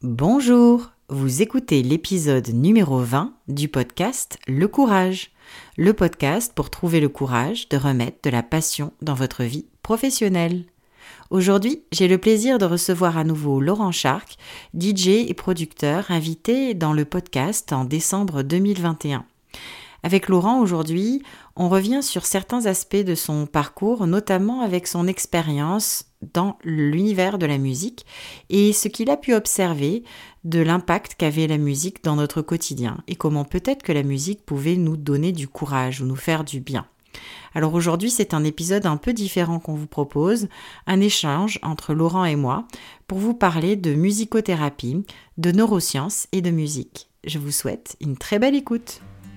Bonjour, vous écoutez l'épisode numéro 20 du podcast Le Courage, le podcast pour trouver le courage de remettre de la passion dans votre vie professionnelle. Aujourd'hui, j'ai le plaisir de recevoir à nouveau Laurent Charc, DJ et producteur invité dans le podcast en décembre 2021. Avec Laurent aujourd'hui, on revient sur certains aspects de son parcours, notamment avec son expérience dans l'univers de la musique et ce qu'il a pu observer de l'impact qu'avait la musique dans notre quotidien et comment peut-être que la musique pouvait nous donner du courage ou nous faire du bien. Alors aujourd'hui, c'est un épisode un peu différent qu'on vous propose, un échange entre Laurent et moi pour vous parler de musicothérapie, de neurosciences et de musique. Je vous souhaite une très belle écoute.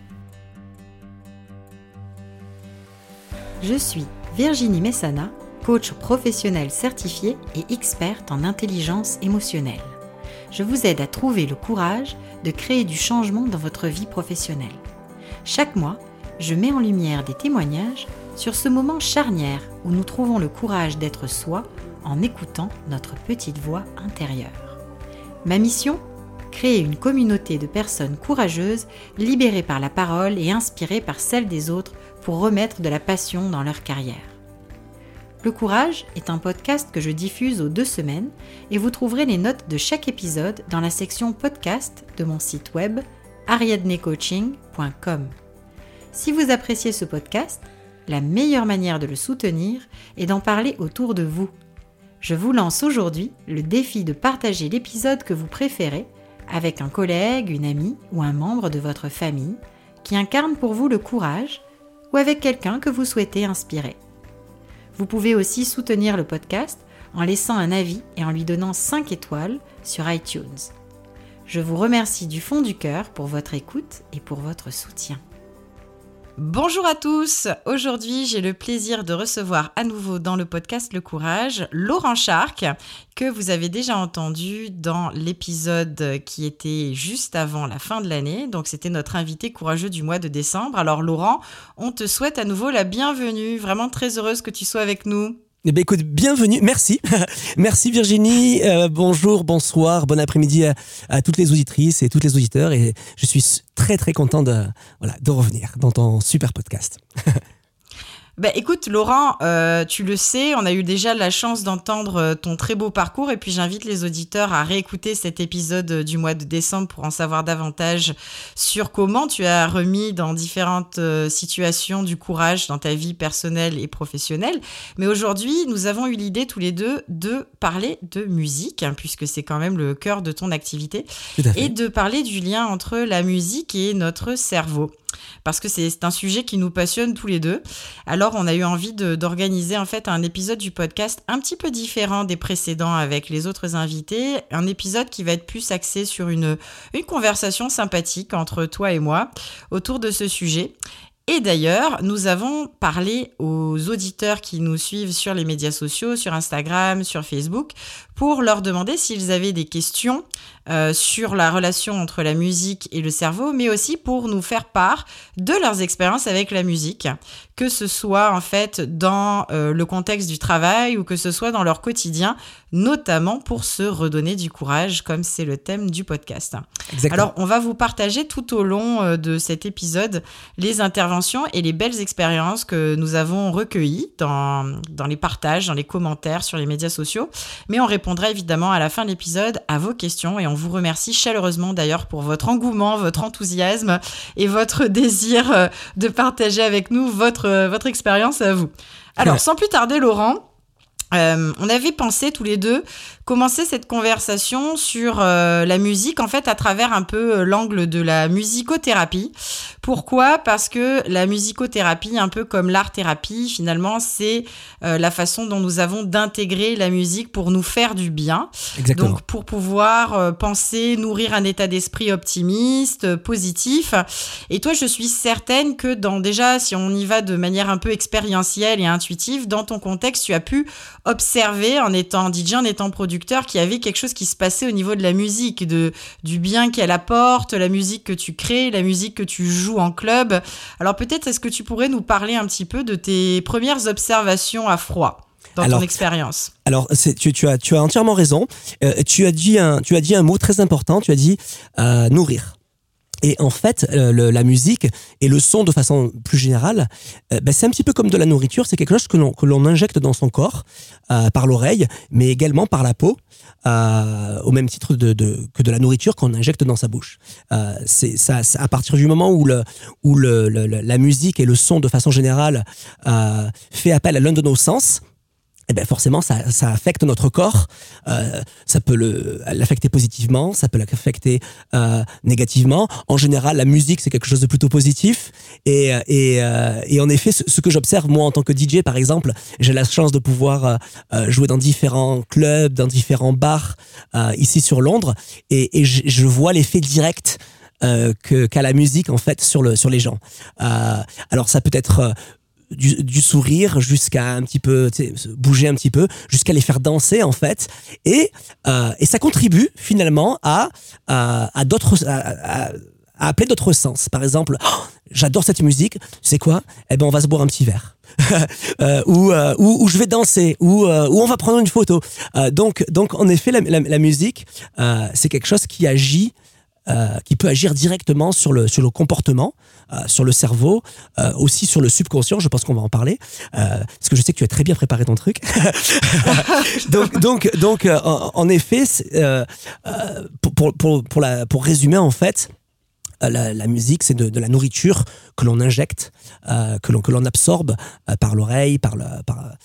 Je suis Virginie Messana, coach professionnel certifié et experte en intelligence émotionnelle. Je vous aide à trouver le courage de créer du changement dans votre vie professionnelle. Chaque mois, je mets en lumière des témoignages sur ce moment charnière où nous trouvons le courage d'être soi en écoutant notre petite voix intérieure. Ma mission ? Créer une communauté de personnes courageuses, libérées par la parole et inspirées par celle des autres pour remettre de la passion dans leur carrière. Le Courage est un podcast que je diffuse aux 2 semaines et vous trouverez les notes de chaque épisode dans la section podcast de mon site web ariadnecoaching.com. Si vous appréciez ce podcast, la meilleure manière de le soutenir est d'en parler autour de vous. Je vous lance aujourd'hui le défi de partager l'épisode que vous préférez avec un collègue, une amie ou un membre de votre famille qui incarne pour vous le courage ou avec quelqu'un que vous souhaitez inspirer. Vous pouvez aussi soutenir le podcast en laissant un avis et en lui donnant 5 étoiles sur iTunes. Je vous remercie du fond du cœur pour votre écoute et pour votre soutien. Bonjour à tous, aujourd'hui j'ai le plaisir de recevoir à nouveau dans le podcast Le Courage, Laurent Charc, que vous avez déjà entendu dans l'épisode qui était juste avant la fin de l'année, donc c'était notre invité courageux du mois de décembre. Alors Laurent, on te souhaite à nouveau la bienvenue, vraiment très heureuse que tu sois avec nous. Eh bien, écoute, bienvenue, merci. Merci Virginie, bonjour, bonsoir, bon après-midi à toutes les auditrices et tous les auditeurs et je suis très très content de revenir dans ton super podcast. Écoute Laurent, tu le sais, on a eu déjà la chance d'entendre ton très beau parcours et puis j'invite les auditeurs à réécouter cet épisode du mois de décembre pour en savoir davantage sur comment tu as remis dans différentes situations du courage dans ta vie personnelle et professionnelle. Mais aujourd'hui, nous avons eu l'idée tous les deux de parler de musique, puisque c'est quand même le cœur de ton activité, et de parler du lien entre la musique et notre cerveau. Parce que c'est un sujet qui nous passionne tous les deux. Alors, on a eu envie d'organiser en fait un épisode du podcast un petit peu différent des précédents avec les autres invités. Un épisode qui va être plus axé sur une conversation sympathique entre toi et moi autour de ce sujet. Et d'ailleurs, nous avons parlé aux auditeurs qui nous suivent sur les médias sociaux, sur Instagram, sur Facebook, pour leur demander s'ils avaient des questions sur la relation entre la musique et le cerveau, mais aussi pour nous faire part de leurs expériences avec la musique, que ce soit en fait dans le contexte du travail ou que ce soit dans leur quotidien, notamment pour se redonner du courage, comme c'est le thème du podcast. Exactement. Alors, on va vous partager tout au long de cet épisode les interventions et les belles expériences que nous avons recueillies dans les partages, dans les commentaires sur les médias sociaux, mais on répondra évidemment à la fin de l'épisode à vos questions et on vous remercie chaleureusement d'ailleurs pour votre engouement, votre enthousiasme et votre désir de partager avec nous votre expérience à vous. Alors, sans plus tarder, Laurent, on avait pensé tous les deux commencer cette conversation sur la musique, en fait, à travers un peu l'angle de la musicothérapie. Pourquoi ? Parce que la musicothérapie, un peu comme l'art-thérapie, finalement, c'est la façon dont nous avons d'intégrer la musique pour nous faire du bien. Exactement. Donc, pour pouvoir penser, nourrir un état d'esprit optimiste, positif. Et toi, je suis certaine que déjà, si on y va de manière un peu expérientielle et intuitive, dans ton contexte, tu as pu observer, en étant DJ, en étant producteur, qu'il y avait quelque chose qui se passait au niveau de la musique, du bien qu'elle apporte, la musique que tu crées, la musique que tu joues en club. Alors peut-être, est-ce que tu pourrais nous parler un petit peu de tes premières observations à froid ? dans ton expérience? Alors, tu as entièrement raison. Tu as dit un mot très important. Tu as dit nourrir. Et en fait, la musique et le son de façon plus générale, c'est un petit peu comme de la nourriture. C'est quelque chose que l'on injecte dans son corps par l'oreille, mais également par la peau, au même titre que de la nourriture qu'on injecte dans sa bouche. C'est ça, à partir du moment où la musique et le son de façon générale fait appel à l'un de nos sens, eh ben forcément ça affecte notre corps. Ça peut l'affecter positivement, ça peut l'affecter négativement. En général, la musique c'est quelque chose de plutôt positif. Et en effet, ce que j'observe moi en tant que DJ par exemple, j'ai la chance de pouvoir jouer dans différents clubs, dans différents bars ici sur Londres, et je vois l'effet direct qu'a la musique en fait sur les gens. Alors ça peut être du sourire jusqu'à un petit peu bouger un petit peu, jusqu'à les faire danser en fait, et ça contribue finalement à appeler d'autres sens. Par exemple, j'adore cette musique, tu sais quoi, eh ben on va se boire un petit verre. ou je vais danser, ou on va prendre une photo. Donc en effet la musique c'est quelque chose qui agit, qui peut agir directement sur le comportement, sur le cerveau, aussi sur le subconscient. Je pense qu'on va en parler, parce que je sais que tu as très bien préparé ton truc. donc en effet, pour résumer en fait, la musique c'est de la nourriture que l'on injecte, que l'on absorbe par l'oreille, par la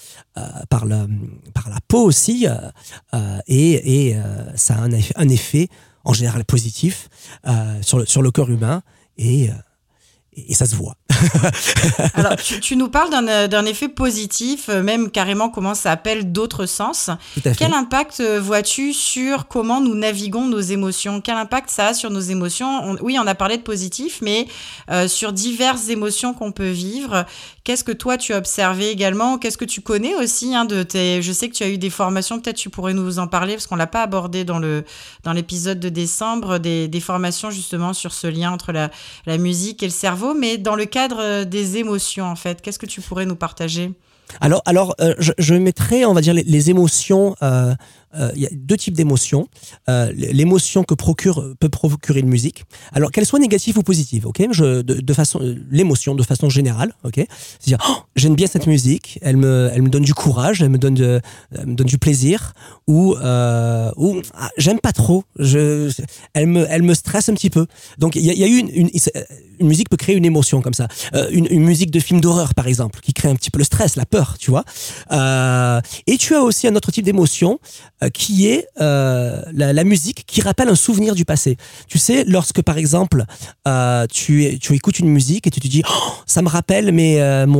peau aussi, et ça a un effet en général positif sur le corps humain, et ça se voit. Alors, tu nous parles d'un effet positif, même carrément comment ça appelle d'autres sens. Tout à fait. Quel impact vois-tu sur comment nous naviguons nos émotions? Quel impact ça a sur nos émotions? Oui, on a parlé de positif, mais sur diverses émotions qu'on peut vivre. Qu'est-ce que toi, tu as observé également? Qu'est-ce que tu connais aussi je sais que tu as eu des formations, peut-être tu pourrais nous en parler, parce qu'on ne l'a pas abordé dans l'épisode de décembre, des formations justement sur ce lien entre la musique et le cerveau, mais dans le cadre des émotions, en fait. Qu'est-ce que tu pourrais nous partager? Alors, je mettrais, on va dire, les émotions. Il y a deux types d'émotions. L'émotion que peut procurer une musique. Alors, qu'elle soit négative ou positive, ok. L'émotion de façon générale, ok. C'est-à-dire, j'aime bien cette musique. Elle me donne du courage. Elle me donne du plaisir. Ou j'aime pas trop. Elle me stresse un petit peu. Donc, il y a eu une musique peut créer une émotion comme ça. Une musique de film d'horreur, par exemple, qui crée un petit peu le stress, la peur, tu vois. Et tu as aussi un autre type d'émotion qui est la musique qui rappelle un souvenir du passé. Tu sais, lorsque par exemple tu écoutes une musique et tu te dis ça me rappelle mes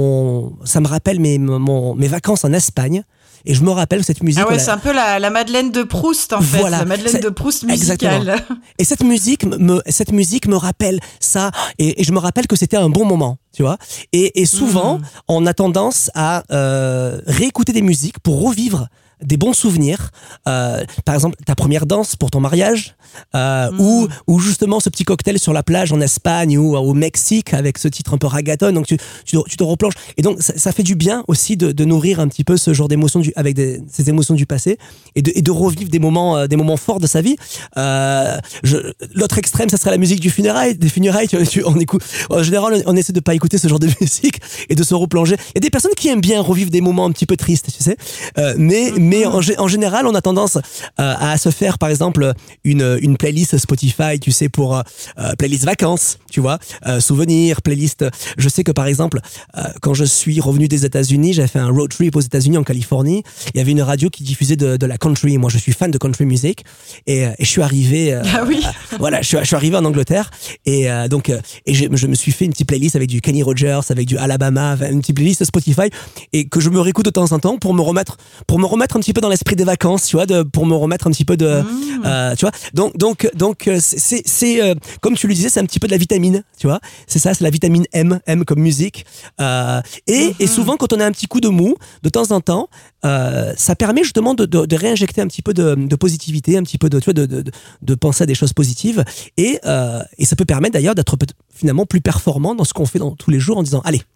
vacances en Espagne. Et je me rappelle cette musique. Ah ouais, c'est un peu la Madeleine de Proust en fait, voilà, la Madeleine de Proust musicale. Exactement. Et cette musique me rappelle ça, et je me rappelle que c'était un bon moment, tu vois. Et souvent, on a tendance à réécouter des musiques pour revivre des bons souvenirs, par exemple ta première danse pour ton mariage, ou justement ce petit cocktail sur la plage en Espagne ou au Mexique avec ce titre un peu reggaeton, donc tu te replonges, et donc ça fait du bien aussi de nourrir un petit peu ce genre d'émotions avec ces émotions du passé, et de revivre des moments forts de sa vie. L'autre extrême, ça serait la musique des funérailles. On écoute, en général on essaie de pas écouter ce genre de musique et de se replonger. Il y a des personnes qui aiment bien revivre des moments un petit peu tristes, tu sais, mais en général, on a tendance à se faire, par exemple, une playlist Spotify, tu sais, pour playlist vacances, tu vois, souvenirs, playlist. Je sais que, par exemple, quand je suis revenu des États-Unis, j'avais fait un road trip aux États-Unis, en Californie. Il y avait une radio qui diffusait de la country. Moi, je suis fan de country music, et je suis arrivé. Ah oui. Voilà, je suis arrivé en Angleterre, et je me suis fait une petite playlist avec du Kenny Rogers, avec du Alabama, une petite playlist Spotify, et que je me réécoute de temps en temps pour me remettre un petit peu dans l'esprit des vacances, tu vois, pour me remettre un petit peu de, tu vois. Donc c'est comme tu le disais, c'est un petit peu de la vitamine, tu vois. C'est ça, c'est la vitamine M comme musique. Et souvent, quand on a un petit coup de mou, de temps en temps, ça permet justement de réinjecter un petit peu de positivité, un petit peu de penser à des choses positives, et ça peut permettre d'ailleurs d'être finalement plus performant dans ce qu'on fait dans tous les jours, en disant allez,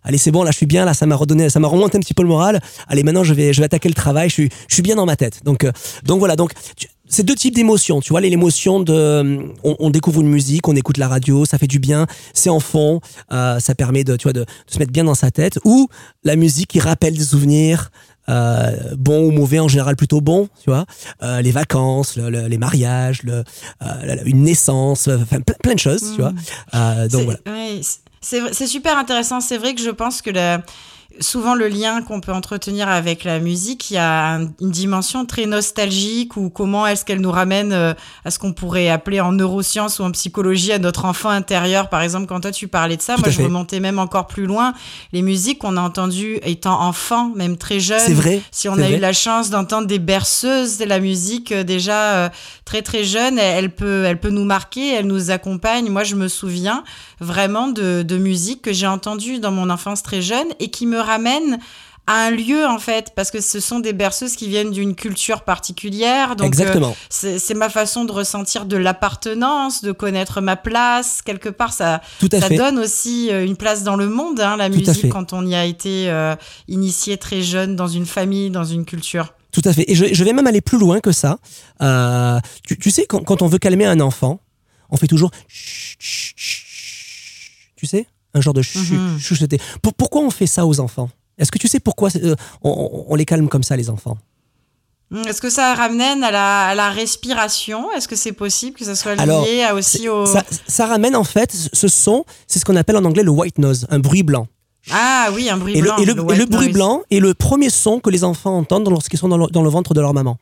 allez, c'est bon, là, je suis bien, là, ça m'a remonté un petit peu le moral. Allez, maintenant, je vais attaquer le travail. Je suis bien dans ma tête. Donc voilà. Donc, c'est deux types d'émotions, tu vois. L'émotion on découvre une musique, on écoute la radio, ça fait du bien, c'est en fond, ça permet de se mettre bien dans sa tête. Ou la musique qui rappelle des souvenirs, bon ou mauvais, en général plutôt bon, tu vois. Les vacances, les mariages, une naissance, enfin plein de choses, tu vois. Donc voilà. Oui, c'est super intéressant. C'est vrai que je pense que souvent le lien qu'on peut entretenir avec la musique, il y a une dimension très nostalgique, ou comment est-ce qu'elle nous ramène à ce qu'on pourrait appeler en neurosciences ou en psychologie à notre enfant intérieur. Par exemple, quand toi tu parlais de ça, moi je remontais même encore plus loin. Les musiques qu'on a entendues étant enfant, même très jeune. C'est vrai. Si on a eu la chance d'entendre des berceuses, la musique déjà très très jeune, elle peut nous marquer, elle nous accompagne. Moi je me souviens vraiment de musique que j'ai entendue dans mon enfance très jeune et qui me ramène à un lieu, en fait, parce que ce sont des berceuses qui viennent d'une culture particulière. Donc, exactement. C'est ma façon de ressentir de l'appartenance, de connaître ma place. Quelque part, ça donne aussi une place dans le monde, hein, la musique, quand on y a été initié très jeune dans une famille, dans une culture. Tout à fait. Et je vais même aller plus loin que ça. Tu sais, quand on veut calmer un enfant, on fait toujours chut, chut, chut. Tu sais, un genre de chuchoter. Pourquoi on fait ça aux enfants ? Est-ce que tu sais pourquoi on les calme comme ça, les enfants ? Est-ce que ça ramène à la respiration ? Est-ce que c'est possible que ça soit lié aussi au... Ça ramène en fait ce son, c'est ce qu'on appelle en anglais le white noise, un bruit blanc. Ah oui, un bruit blanc. Et le bruit blanc est le premier son que les enfants entendent lorsqu'ils sont dans le ventre de leur maman.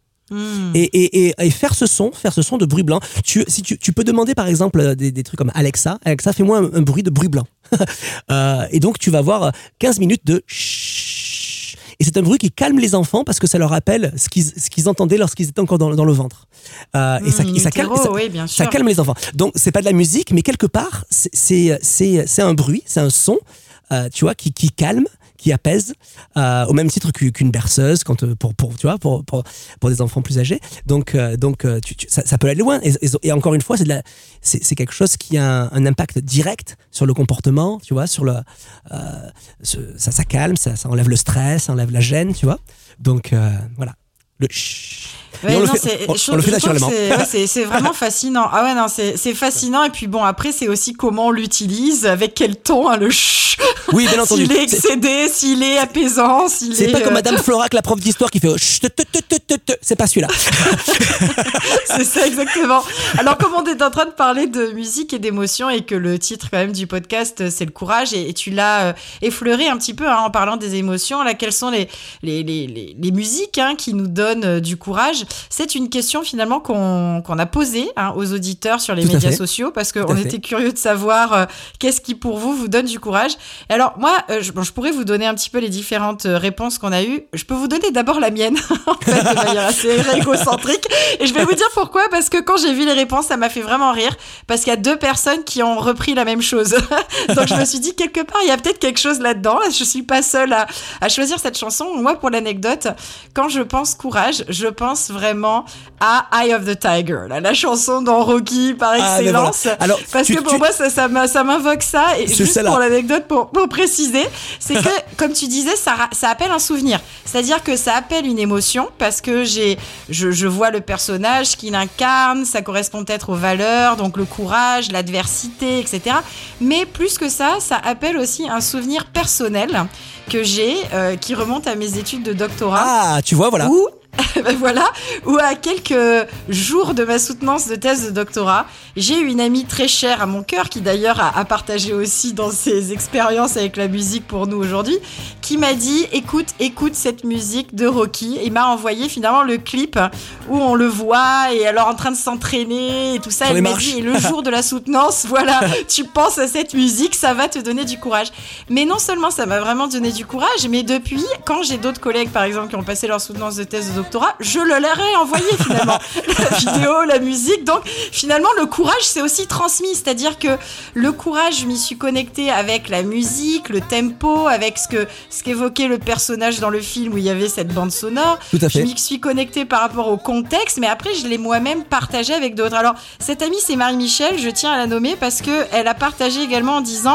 Et faire ce son de bruit blanc. Tu peux demander par exemple des trucs comme Alexa, fais-moi un bruit de bruit blanc. Et donc tu vas avoir 15 minutes de chut. Et c'est un bruit qui calme les enfants parce que ça leur rappelle ce qu'ils entendaient lorsqu'ils étaient encore dans le ventre. Et ça calme les enfants. Donc c'est pas de la musique, mais quelque part c'est un bruit, c'est un son, tu vois, qui calme, qui apaise, au même titre qu'une berceuse pour des enfants plus âgés. Donc ça peut aller loin. Et encore une fois, c'est quelque chose qui a un impact direct sur le comportement, tu vois, sur ça calme, ça enlève le stress, ça enlève la gêne, tu vois. Donc voilà. Le chut. Ouais, on le fait naturellement. C'est vraiment fascinant. Ah ouais, non, c'est fascinant. Et puis bon, après, c'est aussi comment on l'utilise, avec quel ton, hein, le chut. Oui, bien entendu. S'il est excédé, s'il est apaisant, c'est pas comme Madame Florac, la prof d'histoire, qui fait chut, c'est pas celui-là. C'est ça, exactement. Alors, comme on est en train de parler de musique et d'émotion, et que le titre quand même du podcast, c'est le courage, et tu l'as effleuré un petit peu, hein, en parlant des émotions. Là, quelles sont les musiques, hein, qui nous donnent du courage? C'est une question finalement qu'on a posée, hein, aux auditeurs sur les médias sociaux, parce qu'on était curieux de savoir qu'est-ce qui pour vous donne du courage. Et alors moi, je pourrais vous donner un petit peu les différentes réponses qu'on a eues. Je peux vous donner d'abord la mienne, en fait, de manière assez égocentrique. Et je vais vous dire pourquoi, parce que quand j'ai vu les réponses, ça m'a fait vraiment rire, parce qu'il y a 2 personnes qui ont repris la même chose. Donc je me suis dit, quelque part, il y a peut-être quelque chose là-dedans. Je suis pas seule à choisir cette chanson. Moi, pour l'anecdote, quand je pense courage, je pense vraiment à Eye of the Tiger, la chanson dans Rocky par excellence. Voilà. Alors, parce que pour moi, ça m'invoque ça. Et juste pour l'anecdote, pour préciser, c'est que, comme tu disais, ça appelle un souvenir. C'est-à-dire que ça appelle une émotion, parce que je vois le personnage qui l'incarne, ça correspond peut-être aux valeurs, donc le courage, l'adversité, etc. Mais plus que ça appelle aussi un souvenir personnel que j'ai, qui remonte à mes études de doctorat. Ah, tu vois, voilà. Où à quelques jours de ma soutenance de thèse de doctorat, j'ai eu une amie très chère à mon cœur, qui d'ailleurs a partagé aussi dans ses expériences avec la musique pour nous aujourd'hui, qui m'a dit écoute cette musique de Rocky, et m'a envoyé finalement le clip où on le voit et alors en train de s'entraîner et tout ça. Elle m'a dit, et le jour de la soutenance, voilà, tu penses à cette musique, ça va te donner du courage. Mais non seulement ça m'a vraiment donné du courage, mais depuis, quand j'ai d'autres collègues par exemple qui ont passé leur soutenance de thèse de doctorat, je le leur ai envoyé finalement la vidéo, la musique. Donc finalement le courage c'est aussi transmis, c'est-à-dire que le courage, je m'y suis connectée avec la musique, le tempo, avec ce qu'évoquait le personnage dans le film où il y avait cette bande sonore. Tout à fait. Je m'y suis connectée par rapport au contexte, mais après je l'ai moi-même partagé avec d'autres. Alors cette amie, c'est Marie-Michel, je tiens à la nommer parce que elle a partagé également en disant: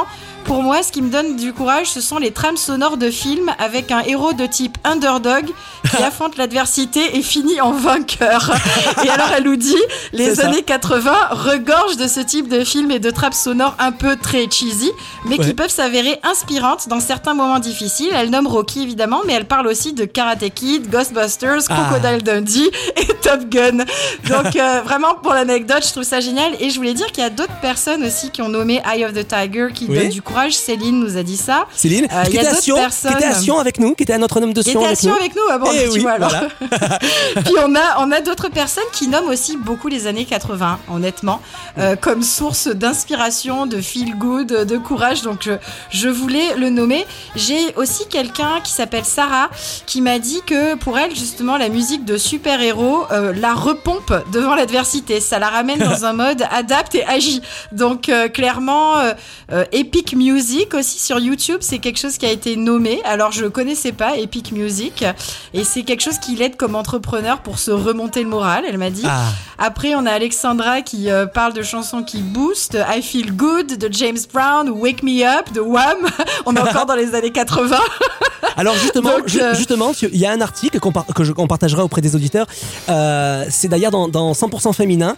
pour moi, ce qui me donne du courage, ce sont les trames sonores de films avec un héros de type underdog qui affronte l'adversité et finit en vainqueur. Et alors, elle nous dit, les années 80 regorgent de ce type de films et de trames sonores un peu très cheesy, mais qui peuvent s'avérer inspirantes dans certains moments difficiles. Elle nomme Rocky, évidemment, mais elle parle aussi de Karate Kid, Ghostbusters, Crocodile Dundee et Top Gun. Donc, vraiment, pour l'anecdote, je trouve ça génial. Et je voulais dire qu'il y a d'autres personnes aussi qui ont nommé Eye of the Tiger, qui donnent du courage. Céline nous a dit ça. Céline, qui était à Sion avec nous, qui était à Notre-Dame de Sion avec nous. Avec nous. Ah bon, tu vois, alors. Voilà. Puis on a d'autres personnes qui nomment aussi beaucoup les années 80, honnêtement, comme source d'inspiration, de feel good, de courage. Donc je voulais le nommer. J'ai aussi quelqu'un qui s'appelle Sarah qui m'a dit que pour elle, justement, la musique de super-héros la repompe devant l'adversité. Ça la ramène dans un mode adapte et agit. Donc clairement, Epic Music aussi sur YouTube, c'est quelque chose qui a été nommé. Alors je connaissais pas Epic Music et c'est quelque chose qui l'aide comme entrepreneur pour se remonter le moral, elle m'a dit. Après on a Alexandra qui parle de chansons qui boostent, I Feel Good de James Brown, Wake Me Up de Wham. On est encore dans les années 80. Alors justement, il y a un article qu'on partagera auprès des auditeurs. C'est d'ailleurs dans 100% féminin,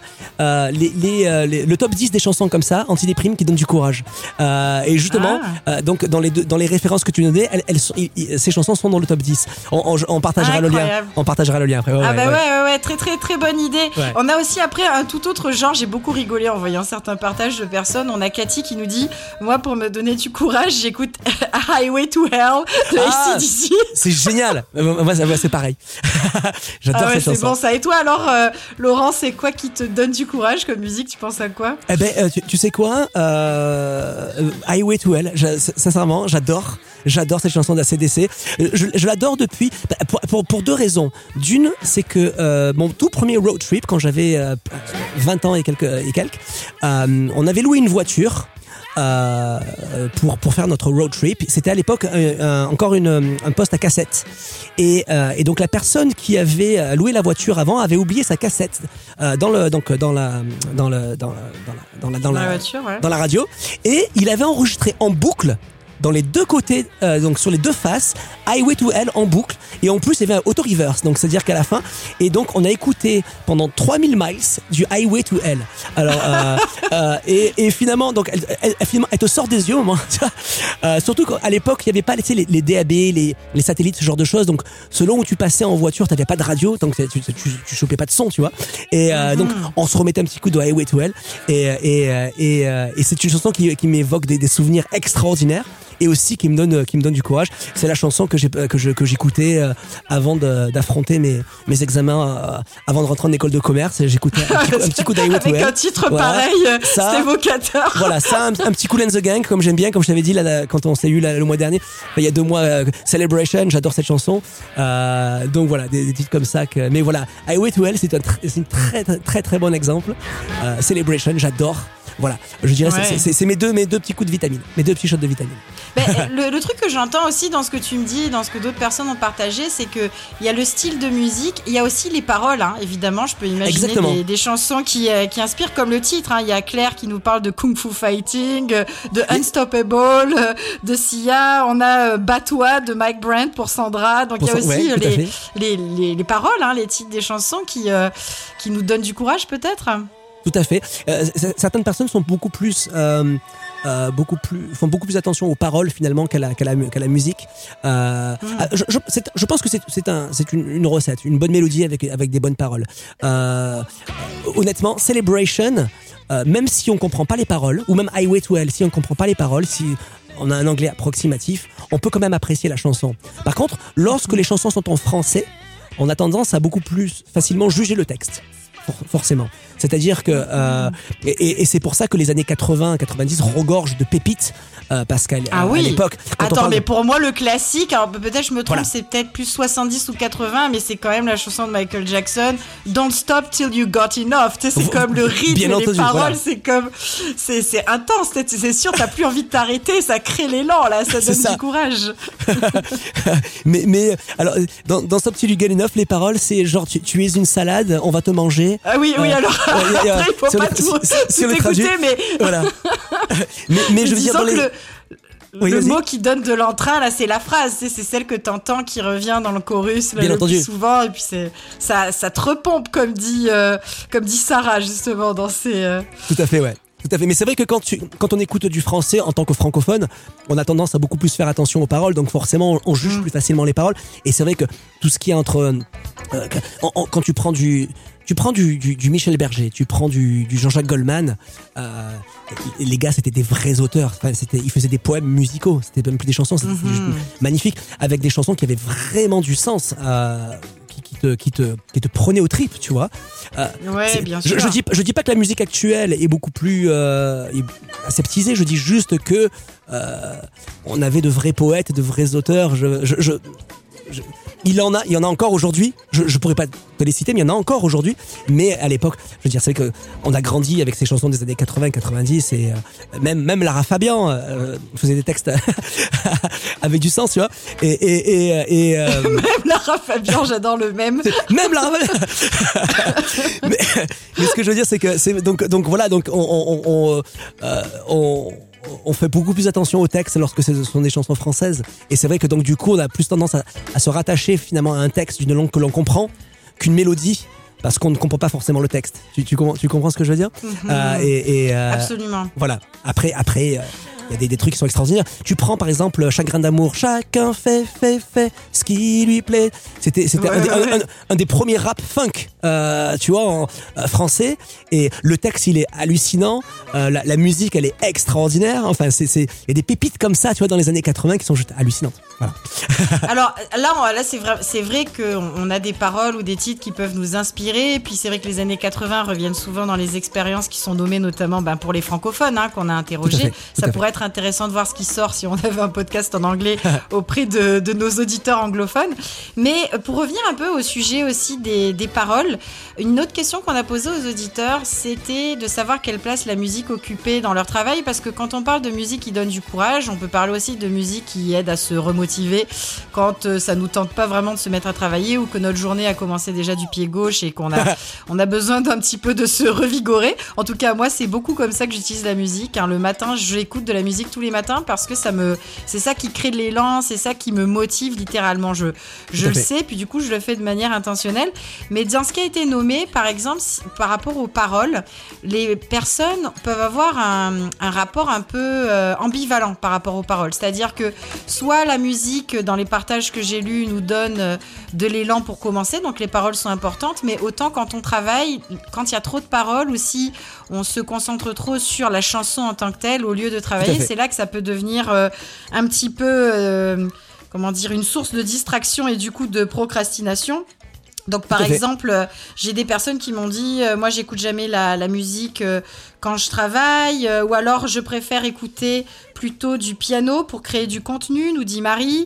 le top 10 des chansons comme ça, antidéprime, qui donnent du courage. Et justement, donc dans les références que tu donnais, ces chansons sont dans le top 10. On partagera le lien. On partagera le lien après. Ouais, très très très bonne idée. Ouais. On a aussi après un tout autre genre. J'ai beaucoup rigolé en voyant certains partages de personnes. On a Cathy qui nous dit, moi pour me donner du courage, j'écoute Highway to Hell de AC/DC. C'est génial. Moi c'est pareil. J'adore cette chanson. C'est bon ça. Et toi alors, Laurent, c'est quoi qui te donne du courage comme musique? Tu penses à quoi? Eh ben, tu sais quoi, Highway to Hell. Sincèrement, j'adore cette chanson d'ACDC. Je l'adore depuis pour deux raisons. D'une, c'est que mon tout premier road trip, quand j'avais 20 ans et quelques, on avait loué une voiture pour faire notre road trip. C'était à l'époque encore un poste à cassette. Et donc la personne qui avait loué la voiture avant avait oublié sa cassette dans la radio, et il avait enregistré en boucle dans les deux côtés, donc sur les deux faces, Highway to Hell en boucle, et en plus il y avait un auto-reverse, donc c'est-à-dire qu'à la fin, et donc on a écouté pendant 3000 miles du Highway to Hell. Alors, et finalement, donc elle te sort des yeux au moment, surtout qu'à l'époque il n'y avait pas les DAB, les satellites, ce genre de choses, donc selon où tu passais en voiture, tu n'avais pas de radio, donc tu chopais pas de son, tu vois, et donc on se remettait un petit coup de Highway to Hell, et c'est une chanson qui m'évoque des souvenirs extraordinaires, et aussi qui me donne du courage. C'est la chanson que j'écoutais avant d'affronter mes examens, avant de rentrer en école de commerce. J'écoutais un petit coup d'Highway to Hell. Avec un titre pareil, c'est évocateur. Voilà, ça, un petit coup Lens the Gang, comme j'aime bien, comme je t'avais dit quand on s'est eu le mois dernier, il y a 2 mois, Celebration, j'adore cette chanson. Donc voilà, des titres comme ça. Mais voilà, Highway to Hell, c'est un très très très bon exemple. Celebration, j'adore. Voilà, je dirais c'est mes deux petits coups de vitamine, mes 2 petits shots de vitamine. Ben, le truc que j'entends aussi dans ce que tu me dis, dans ce que d'autres personnes ont partagé, c'est que il y a le style de musique, il y a aussi les paroles. Hein. Évidemment, je peux imaginer des chansons qui inspirent, comme le titre. Hein. Il y a Claire qui nous parle de Kung Fu Fighting, de Unstoppable, de Sia. On a Batois de Mike Brent pour Sandra. Donc il y a aussi les paroles, hein, les titres des chansons qui nous donnent du courage peut-être. Tout à fait. Certaines personnes sont font beaucoup plus attention aux paroles finalement qu'à la musique. Je pense que c'est une recette, une bonne mélodie avec des bonnes paroles. Honnêtement, Celebration, même si on comprend pas les paroles, ou même Highway to Hell, si on comprend pas les paroles, si on a un anglais approximatif, on peut quand même apprécier la chanson. Par contre, lorsque les chansons sont en français, on a tendance à beaucoup plus facilement juger le texte. Forcément. C'est-à-dire que et c'est pour ça que les années 80-90 regorgent de pépites parce qu'à l'époque. Attends, mais pour moi le classique, alors peut-être je me trompe, c'est peut-être plus 70 ou 80, mais c'est quand même la chanson de Michael Jackson, Don't Stop Till You Got Enough. Tu sais, c'est comme le rythme et les paroles, c'est comme c'est intense. C'est sûr, t'as plus envie de t'arrêter, ça crée l'élan là, ça donne du courage. mais alors dans Stop Till You Got Enough, les paroles c'est genre tu es une salade, on va te manger. Ah oui, alors après il faut pas tout écouter, mais voilà. mais je veux dire le mot qui donne de l'entrain, là, c'est la phrase. C'est celle que t'entends qui revient dans le chorus là, plus souvent. Et puis ça te repompe, comme dit Sarah, justement, dans ses... Tout à fait, ouais. Tout à fait. Mais c'est vrai que quand on écoute du français en tant que francophone, on a tendance à beaucoup plus faire attention aux paroles, donc forcément on juge plus facilement les paroles. Et c'est vrai que tout ce qui est entre quand tu prends du Michel Berger, tu prends du Jean-Jacques Goldman, les gars c'était des vrais auteurs. Enfin, ils faisaient des poèmes musicaux, c'était même plus des chansons, c'était magnifique, avec des chansons qui avaient vraiment du sens. Qui te prenait aux tripes, tu vois. Ouais, bien sûr. Je dis pas que la musique actuelle est beaucoup plus aseptisée, je dis juste que on avait de vrais poètes, de vrais auteurs. Il y en a encore aujourd'hui. Je pourrais pas te les citer, mais il y en a encore aujourd'hui. Mais à l'époque, je veux dire, c'est vrai que on a grandi avec ces chansons des années 80, 90 et même Lara Fabian faisait des textes avec du sens, tu vois. Et même Lara Fabian, j'adore le même. Même Lara Fabian. mais ce que je veux dire, c'est que donc voilà, donc on fait beaucoup plus attention au texte lorsque ce sont des chansons françaises. Et c'est vrai que donc du coup, on a plus tendance à se rattacher finalement à un texte d'une langue que l'on comprend qu'une mélodie, parce qu'on ne comprend pas forcément le texte. Tu comprends ce que je veux dire? Absolument. Voilà. Après, il y a des trucs qui sont extraordinaires. Tu prends par exemple Chagrin d'amour. Chacun fait ce qui lui plaît. C'était un des premiers rap funk, tu vois, en français. Et le texte, il est hallucinant. La musique, elle est extraordinaire. Enfin, il y a des pépites comme ça, tu vois, dans les années 80 qui sont juste hallucinantes. Voilà. Alors là, c'est vrai qu'on a des paroles ou des titres qui peuvent nous inspirer. Et puis c'est vrai que les années 80 reviennent souvent dans les expériences qui sont nommées notamment pour les francophones qu'on a interrogés. Ça pourrait être intéressant de voir ce qui sort si on avait un podcast en anglais auprès de nos auditeurs anglophones. Mais pour revenir un peu au sujet aussi des paroles, une autre question qu'on a posée aux auditeurs, c'était de savoir quelle place la musique occupait dans leur travail, parce que quand on parle de musique qui donne du courage, on peut parler aussi de musique qui aide à se remotiver quand ça nous tente pas vraiment de se mettre à travailler ou que notre journée a commencé déjà du pied gauche et qu'on a besoin d'un petit peu de se revigorer. En tout cas, moi, c'est beaucoup comme ça que j'utilise la musique. Le matin, j'écoute de la musique tous les matins parce que c'est ça qui crée de l'élan, c'est ça qui me motive littéralement. Je le sais, puis du coup, je le fais de manière intentionnelle. Mais dans ce qui a été nommé, par exemple, par rapport aux paroles, les personnes peuvent avoir un rapport un peu ambivalent par rapport aux paroles. C'est-à-dire que soit la musique, dans les partages que j'ai lus, nous donne de l'élan pour commencer, donc les paroles sont importantes, mais autant quand on travaille, quand il y a trop de paroles ou si on se concentre trop sur la chanson en tant que telle au lieu de travailler, c'est là que ça peut devenir un petit peu, une source de distraction et du coup de procrastination. Donc par exemple, j'ai des personnes qui m'ont dit moi j'écoute jamais la musique quand je travaille, ou alors je préfère écouter plutôt du piano pour créer du contenu, nous dit Marie.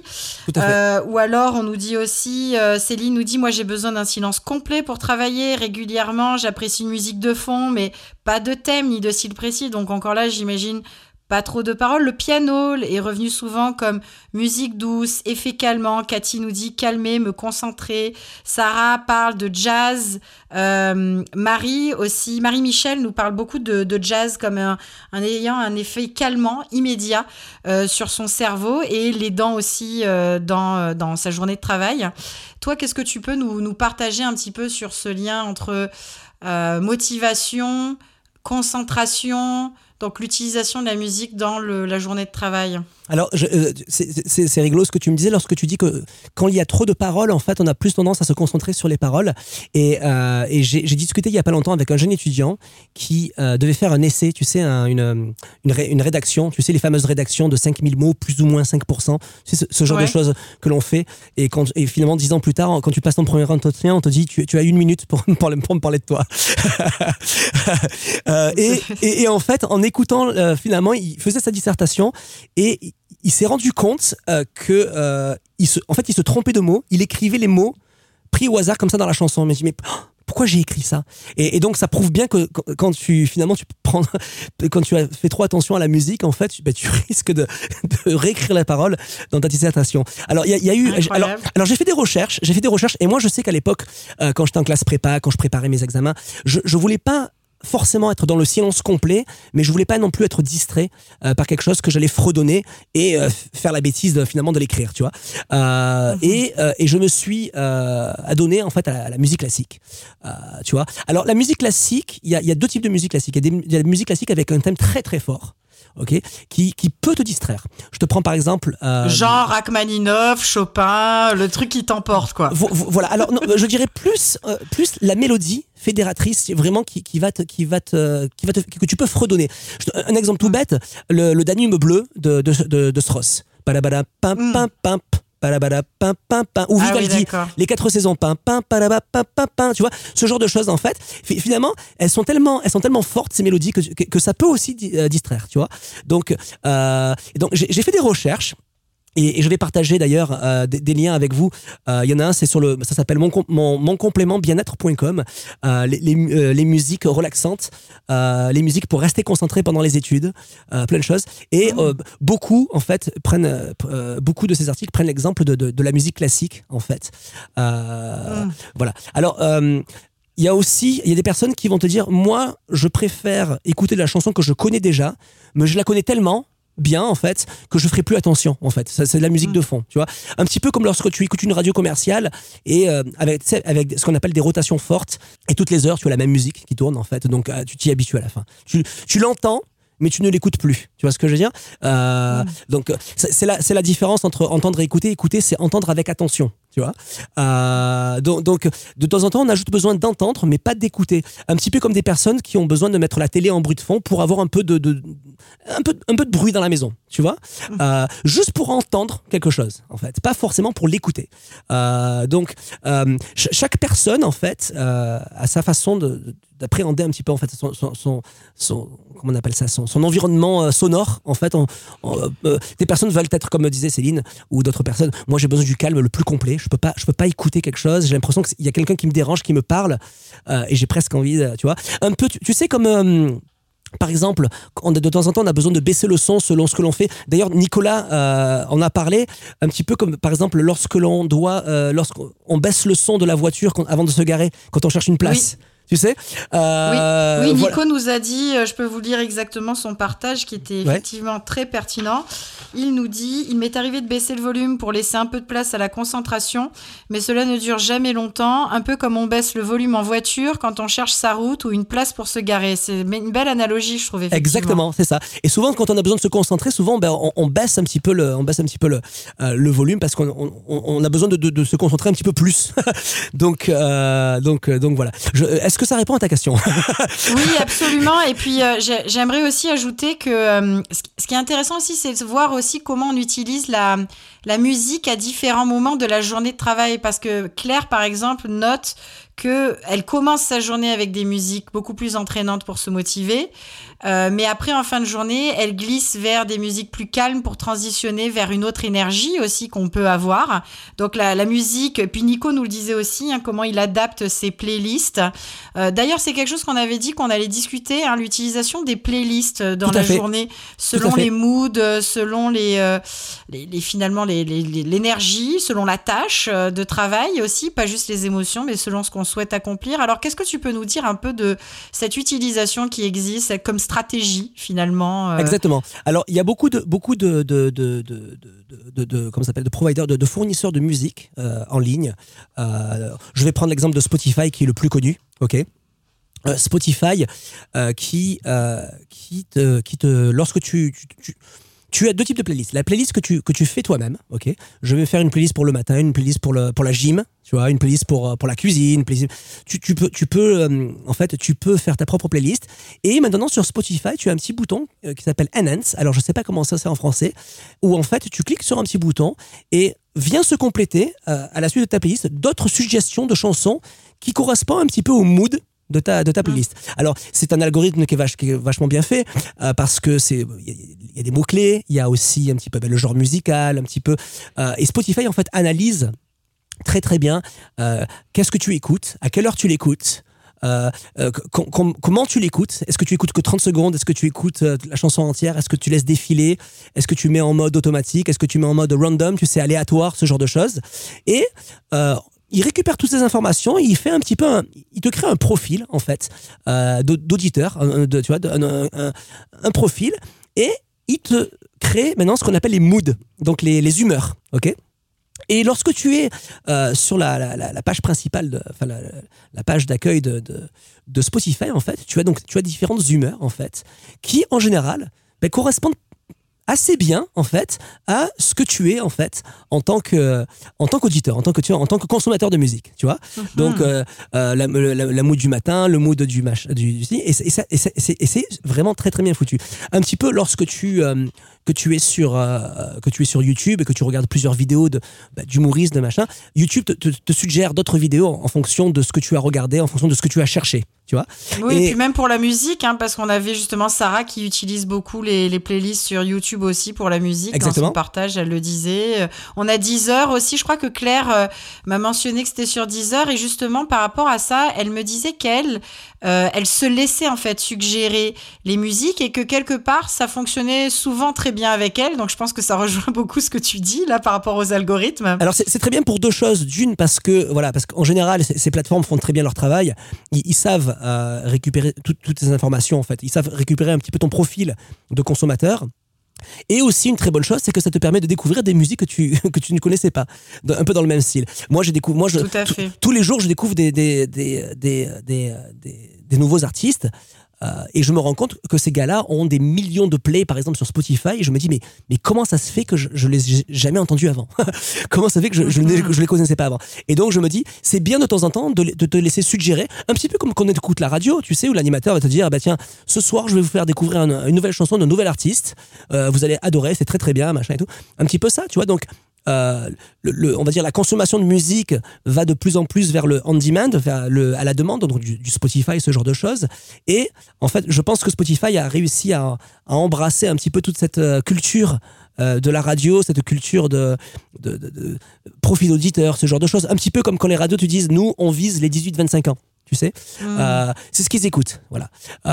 Ou alors on nous dit aussi, Céline nous dit moi j'ai besoin d'un silence complet pour travailler régulièrement, j'apprécie une musique de fond mais pas de thème ni de style précis, donc encore là j'imagine pas trop de paroles. Le piano est revenu souvent comme musique douce, effet calmant. Cathy nous dit calmer, me concentrer. Sarah parle de jazz. Marie Michel nous parle beaucoup de jazz comme un ayant un effet calmant, immédiat sur son cerveau et l'aidant aussi dans sa journée de travail. Toi, qu'est-ce que tu peux nous partager un petit peu sur ce lien entre motivation, concentration, donc l'utilisation de la musique dans la journée de travail? Alors, c'est rigolo ce que tu me disais lorsque tu dis que quand il y a trop de paroles, en fait, on a plus tendance à se concentrer sur les paroles. Et j'ai discuté il y a pas longtemps avec un jeune étudiant qui devait faire un essai, tu sais, une rédaction, tu sais, les fameuses rédactions de 5000 mots, plus ou moins 5%. Tu sais, ce genre de choses que l'on fait. Et finalement, 10 ans plus tard, quand tu passes ton premier entretien, on te dit tu as 1 minute pour me parler de toi. Et en fait, en écoutant, finalement, il faisait sa dissertation et il s'est rendu compte il se trompait de mots. Il écrivait les mots pris au hasard comme ça dans la chanson. Mais je me dis, mais pourquoi j'ai écrit ça? Et donc ça prouve bien que quand tu as fait trop attention à la musique, en fait, tu risques de réécrire la parole dans ta dissertation. Alors il y a eu, alors j'ai fait des recherches et moi je sais qu'à l'époque, quand j'étais en classe prépa, quand je préparais mes examens, je voulais pas forcément être dans le silence complet, mais je voulais pas non plus être distrait par quelque chose que j'allais fredonner et faire la bêtise finalement de l'écrire, tu vois. Et je me suis adonné en fait à la musique classique, tu vois. Alors la musique classique, il y a deux types de musique classique. Il y a la musique classique avec un thème très très fort. Ok, qui peut te distraire. Je te prends par exemple genre Rachmaninov, Chopin, le truc qui t'emporte quoi. Voilà. Alors non, je dirais plus la mélodie fédératrice, vraiment que tu peux fredonner. Un exemple tout bête, le Danube bleu de Strauss. Balabala pam pam pam. Ou Vivaldi, les 4 saisons, tu vois, ce genre de choses en fait. Finalement, elles sont tellement fortes ces mélodies que ça peut aussi distraire, tu vois. Donc j'ai fait des recherches. Et je vais partager d'ailleurs des liens avec vous. Il y en a un, ça s'appelle mon complément bien-être.com. Les musiques relaxantes, les musiques pour rester concentré pendant les études, plein de choses. Et beaucoup de ces articles prennent l'exemple de la musique classique en fait. Voilà. Alors. Il y a des personnes qui vont te dire, moi, je préfère écouter de la chanson que je connais déjà, mais je la connais tellement bien en fait que je ferai plus attention en fait. Ça, c'est de la musique de fond, tu vois, un petit peu comme lorsque tu écoutes une radio commerciale et avec ce qu'on appelle des rotations fortes, et toutes les heures tu as la même musique qui tourne en fait, donc tu t'y habitues à la fin, tu l'entends mais tu ne l'écoutes plus, tu vois ce que je veux dire. Donc c'est la différence entre entendre et écouter. Écouter, c'est entendre avec attention, tu vois. Donc de temps en temps on a juste besoin d'entendre mais pas d'écouter, un petit peu comme des personnes qui ont besoin de mettre la télé en bruit de fond pour avoir un peu de bruit dans la maison, tu vois. Juste pour entendre quelque chose en fait, pas forcément pour l'écouter. Donc chaque personne en fait a sa façon d'appréhender un petit peu en fait son comment on appelle ça, son environnement sonore en fait. Des personnes veulent être comme disait Céline, ou d'autres personnes, moi j'ai besoin du calme le plus complet, je peux pas écouter quelque chose, j'ai l'impression qu'il y a quelqu'un qui me dérange, qui me parle, et j'ai presque envie tu vois, un peu tu sais comme par exemple, de temps en temps, on a besoin de baisser le son selon ce que l'on fait. D'ailleurs, Nicolas en a parlé un petit peu comme, par exemple, lorsqu'on baisse le son de la voiture avant de se garer, quand on cherche une place. Oui. Tu sais oui, Nico nous a dit, je peux vous lire exactement son partage qui était effectivement très pertinent. Il nous dit, il m'est arrivé de baisser le volume pour laisser un peu de place à la concentration, mais cela ne dure jamais longtemps, un peu comme on baisse le volume en voiture quand on cherche sa route ou une place pour se garer. C'est une belle analogie, je trouve, effectivement. Exactement, c'est ça. Et souvent, quand on a besoin de se concentrer, souvent, on baisse un petit peu le volume parce qu'on a besoin de se concentrer un petit peu plus. donc voilà. Est-ce que ça répond à ta question? Oui, absolument. Et puis, j'aimerais aussi ajouter que ce qui est intéressant aussi, c'est de voir aussi comment on utilise la musique à différents moments de la journée de travail. Parce que Claire, par exemple, note qu'elle commence sa journée avec des musiques beaucoup plus entraînantes pour se motiver. Mais après, en fin de journée, elle glisse vers des musiques plus calmes pour transitionner vers une autre énergie aussi qu'on peut avoir. Donc la musique, puis Nico nous le disait aussi, comment il adapte ses playlists. D'ailleurs, c'est quelque chose qu'on avait dit qu'on allait discuter, l'utilisation des playlists dans la journée, selon les moods, selon finalement l'énergie, selon la tâche de travail aussi, pas juste les émotions, mais selon ce qu'on souhaite accomplir. Alors, qu'est-ce que tu peux nous dire un peu de cette utilisation qui existe comme stratégie finalement Exactement. Alors, il y a beaucoup de comment ça s'appelle, de providers, de fournisseurs de musique en ligne. Je vais prendre l'exemple de Spotify qui est le plus connu. Ok. Spotify lorsque tu as deux types de playlists. La playlist que tu fais toi-même, ok. Je vais faire une playlist pour le matin, une playlist pour la gym, tu vois, une playlist pour la cuisine. Tu peux faire ta propre playlist. Et maintenant sur Spotify, tu as un petit bouton qui s'appelle Enhance. Alors je sais pas comment ça c'est en français. Où en fait tu cliques sur un petit bouton et vient se compléter à la suite de ta playlist d'autres suggestions de chansons qui correspondent un petit peu au mood de ta playlist. Alors c'est un algorithme qui est vachement bien fait parce que il y a des mots clés, il y a aussi un petit peu le genre musical, un petit peu et Spotify en fait analyse très très bien qu'est-ce que tu écoutes, à quelle heure tu l'écoutes, comment tu l'écoutes, est-ce que tu écoutes que 30 secondes, est-ce que tu écoutes la chanson entière, est-ce que tu laisses défiler, est-ce que tu mets en mode automatique, est-ce que tu mets en mode random, tu sais, aléatoire, ce genre de choses. Et il récupère toutes ces informations et il fait un petit peu il te crée un profil en fait d'auditeur, tu vois, un profil, et il te crée maintenant ce qu'on appelle les moods, donc les humeurs, ok. Et lorsque tu es sur la page principale, la page d'accueil de Spotify en fait, tu as différentes humeurs en fait qui en général correspondent assez bien en fait à ce que tu es en fait en tant qu'auditeur, en tant que consommateur de musique, tu vois. Donc la mood du matin, le mood du et c'est vraiment très très bien foutu. Un petit peu lorsque tu es sur YouTube et que tu regardes plusieurs vidéos d'humoristes, de machin, YouTube te suggère d'autres vidéos en fonction de ce que tu as regardé, en fonction de ce que tu as cherché, tu vois. Oui, et puis même pour la musique, parce qu'on avait justement Sarah qui utilise beaucoup les playlists sur YouTube aussi pour la musique. Exactement. Dans son partage, elle le disait. On a Deezer aussi. Je crois que Claire m'a mentionné que c'était sur Deezer, et justement par rapport à ça, elle me disait qu'elle se laissait en fait suggérer les musiques, et que quelque part ça fonctionnait souvent très bien avec elle. Donc je pense que ça rejoint beaucoup ce que tu dis là par rapport aux algorithmes. Alors c'est très bien pour deux choses. D'une, parce qu'en général ces plateformes font très bien leur travail. Ils savent récupérer toutes ces informations en fait. Ils savent récupérer un petit peu ton profil de consommateur. Et aussi une très bonne chose, c'est que ça te permet de découvrir des musiques que tu ne connaissais pas, un peu dans le même style. Tous les jours je découvre des nouveaux artistes. Et je me rends compte que ces gars-là ont des millions de plays par exemple sur Spotify, et je me dis mais comment ça se fait que je les ai jamais entendus avant? Comment ça se fait que je les connaissais pas avant? Et donc je me dis c'est bien de temps en temps de te laisser suggérer, un petit peu comme quand on écoute la radio, tu sais, où l'animateur va te dire tiens, ce soir je vais vous faire découvrir une nouvelle chanson d'un nouvel artiste, vous allez adorer, c'est très très bien, machin et tout, un petit peu ça, tu vois. Donc on va dire la consommation de musique va de plus en plus vers le on-demand, à la demande, donc du Spotify, ce genre de choses. Et en fait, je pense que Spotify a réussi à embrasser un petit peu toute cette culture de la radio, cette culture de profil auditeur, ce genre de choses. Un petit peu comme quand les radios te disent, nous, on vise les 18-25 ans. Tu sais, c'est ce qu'ils écoutent. Voilà.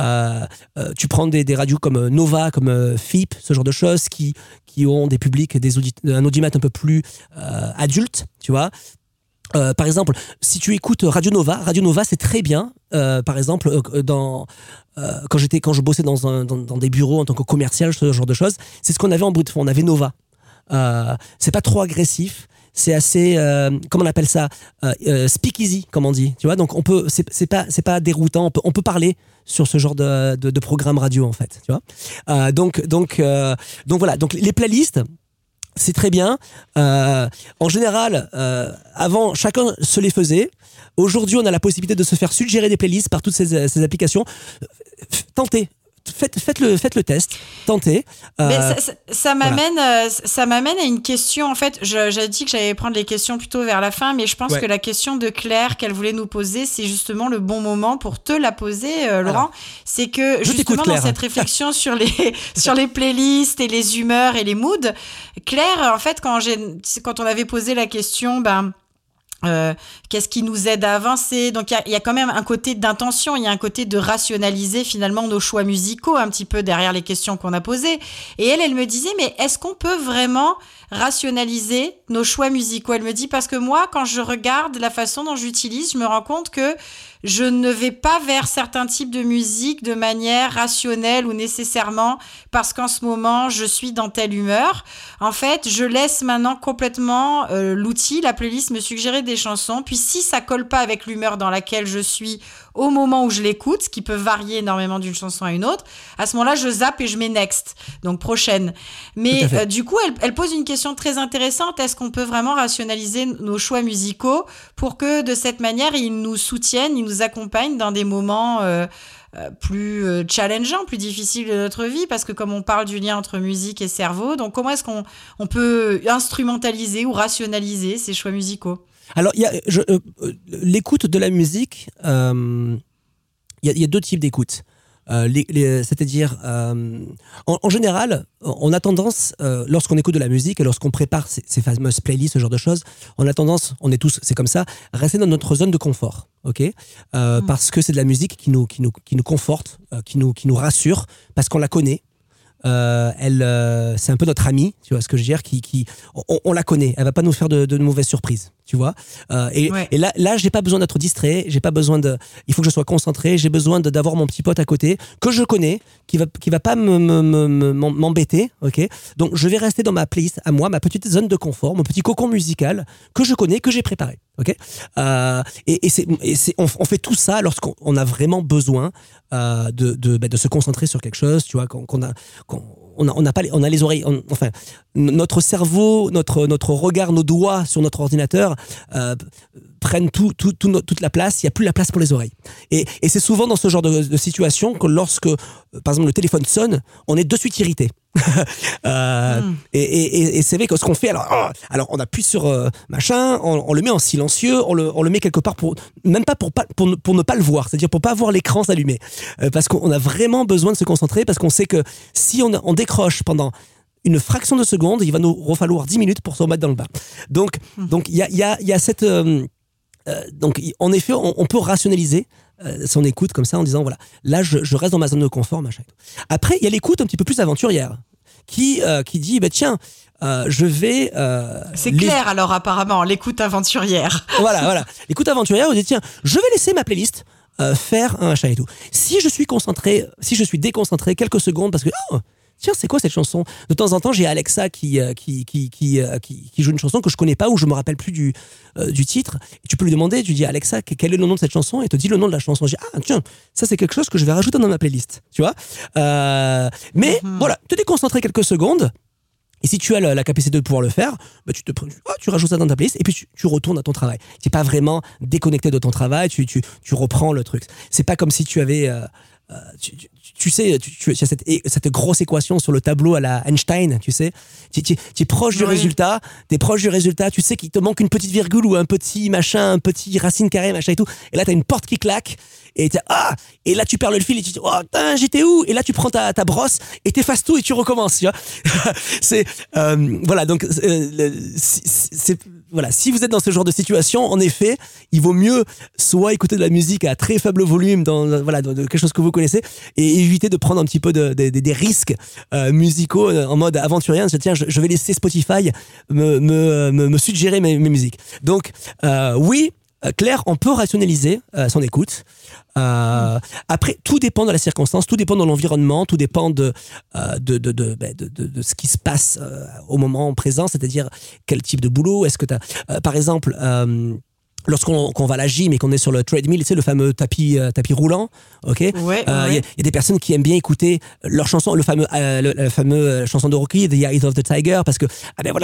Tu prends des radios comme Nova, comme FIP, ce genre de choses qui ont des publics, un audimat un peu plus adulte, tu vois. Par exemple, si tu écoutes Radio Nova c'est très bien. Par exemple, quand je bossais dans des bureaux en tant que commercial, ce genre de choses, c'est ce qu'on avait en bruit de fond. On avait Nova. C'est pas trop agressif. C'est assez, comment on appelle ça, speakeasy, comme on dit, tu vois. Donc c'est pas déroutant. On peut parler sur ce genre de programme radio en fait, tu vois. Donc voilà. Donc les playlists, c'est très bien. En général, avant, chacun se les faisait. Aujourd'hui, on a la possibilité de se faire suggérer des playlists par toutes ces applications. Tentez. Faites le test, tentez. Mais ça m'amène à une question. En fait, j'ai dit que j'allais prendre les questions plutôt vers la fin, mais je pense que la question de Claire qu'elle voulait nous poser, c'est justement le bon moment pour te la poser, Laurent. Alors, c'est que justement dans cette réflexion sur les playlists et les humeurs et les moods, Claire, en fait, quand on avait posé la question, qu'est-ce qui nous aide à avancer? Donc il y a quand même un côté d'intention, il y a un côté de rationaliser finalement nos choix musicaux un petit peu derrière les questions qu'on a posées. Et elle me disait mais est-ce qu'on peut vraiment rationaliser nos choix musicaux? Elle me dit parce que moi quand je regarde la façon dont j'utilise, je me rends compte que je ne vais pas vers certains types de musique de manière rationnelle ou nécessairement parce qu'en ce moment, je suis dans telle humeur. En fait, je laisse maintenant complètement l'outil, la playlist me suggérer des chansons. Puis si ça colle pas avec l'humeur dans laquelle je suis au moment où je l'écoute, ce qui peut varier énormément d'une chanson à une autre, à ce moment-là, je zappe et je mets next, donc prochaine. Mais du coup, elle pose une question très intéressante. Est-ce qu'on peut vraiment rationaliser nos choix musicaux pour que de cette manière, ils nous soutiennent, ils nous accompagnent dans des moments plus challengeants, plus difficiles de notre vie, parce que comme on parle du lien entre musique et cerveau, donc comment est-ce qu'on peut instrumentaliser ou rationaliser ces choix musicaux? Alors, l'écoute de la musique, il y a deux types d'écoute. C'est-à-dire, en général, on a tendance, lorsqu'on écoute de la musique et lorsqu'on prépare ces fameuses playlists, ce genre de choses, on a tendance, on est tous, c'est comme ça, à rester dans notre zone de confort, ok, parce que c'est de la musique qui nous conforte, qui nous rassure, parce qu'on la connaît. C'est un peu notre amie, tu vois ce que je veux dire, on la connaît, elle va pas nous faire de mauvaises surprises. tu vois. Ouais. Et là, j'ai pas besoin d'être distrait, j'ai pas besoin il faut que je sois concentré, j'ai besoin d'avoir mon petit pote à côté que je connais, qui va pas m'embêter, ok. Donc je vais rester dans ma playlist à moi, ma petite zone de confort, mon petit cocon musical que je connais, que j'ai préparé, ok. On fait tout ça lorsqu'on a vraiment besoin de se concentrer sur quelque chose, tu vois, on a les oreilles, enfin notre cerveau, notre regard, nos doigts sur notre ordinateur prennent toute la place. Il y a plus la place pour les oreilles. Et c'est souvent dans ce genre de situation que lorsque, par exemple, le téléphone sonne, on est de suite irrité. Et c'est vrai que ce qu'on fait, alors on appuie sur machin, on le met en silencieux, on le met quelque part même pas pour ne pas le voir, c'est-à-dire pour pas voir l'écran s'allumer, parce qu'on a vraiment besoin de se concentrer, parce qu'on sait que si on décroche pendant une fraction de seconde, il va nous refalloir 10 minutes pour se remettre dans le bain. Donc il y a cette donc en effet on peut rationaliser son écoute comme ça en disant voilà, là je reste dans ma zone de confort, machin. Après il y a l'écoute un petit peu plus aventurière qui dit bah tiens, je vais c'est clair alors apparemment l'écoute aventurière. voilà l'écoute aventurière, on dit tiens, je vais laisser ma playlist faire un machin et tout. Si je suis déconcentré quelques secondes parce que tiens, c'est quoi cette chanson? De temps en temps, j'ai Alexa qui joue une chanson que je connais pas ou je me rappelle plus du titre. Et tu peux lui demander, tu dis Alexa, quel est le nom de cette chanson? Et te dit le nom de la chanson. Je dis tiens, ça c'est quelque chose que je vais rajouter dans ma playlist, tu vois. Mais voilà, te déconcentrer quelques secondes. Et si tu as la capacité de pouvoir le faire, bah tu rajoutes ça dans ta playlist et puis tu retournes à ton travail. Tu n'es pas vraiment déconnecté de ton travail, tu reprends le truc. C'est pas comme si tu avais... tu sais, tu as cette grosse équation sur le tableau à la Einstein, tu sais. Tu es proche du résultat, tu sais qu'il te manque une petite virgule ou un petit machin, un petit racine carrée, machin et tout. Et là, tu as une porte qui claque et et là, tu perds le fil et tu dis j'étais où? Et là, tu prends ta brosse et t'effaces tout et tu recommences, tu vois. C'est voilà, donc voilà, si vous êtes dans ce genre de situation, en effet, il vaut mieux soit écouter de la musique à très faible volume dans quelque chose que vous connaissez et éviter de prendre un petit peu des risques musicaux en mode aventurien. Tiens, je vais laisser Spotify me suggérer mes musiques. Donc, oui, Claire, on peut rationaliser son écoute. Après, tout dépend de la circonstance, tout dépend de l'environnement, tout dépend de ce qui se passe au moment présent, c'est-à-dire quel type de boulot. Est-ce que tu as, par exemple, lorsqu'on va à la gym et qu'on est sur le treadmill, tu sais, le fameux tapis roulant, ok. Ouais. Y a des personnes qui aiment bien écouter leur chanson, le fameux chanson de Rocky, The Eyes of the Tiger, parce que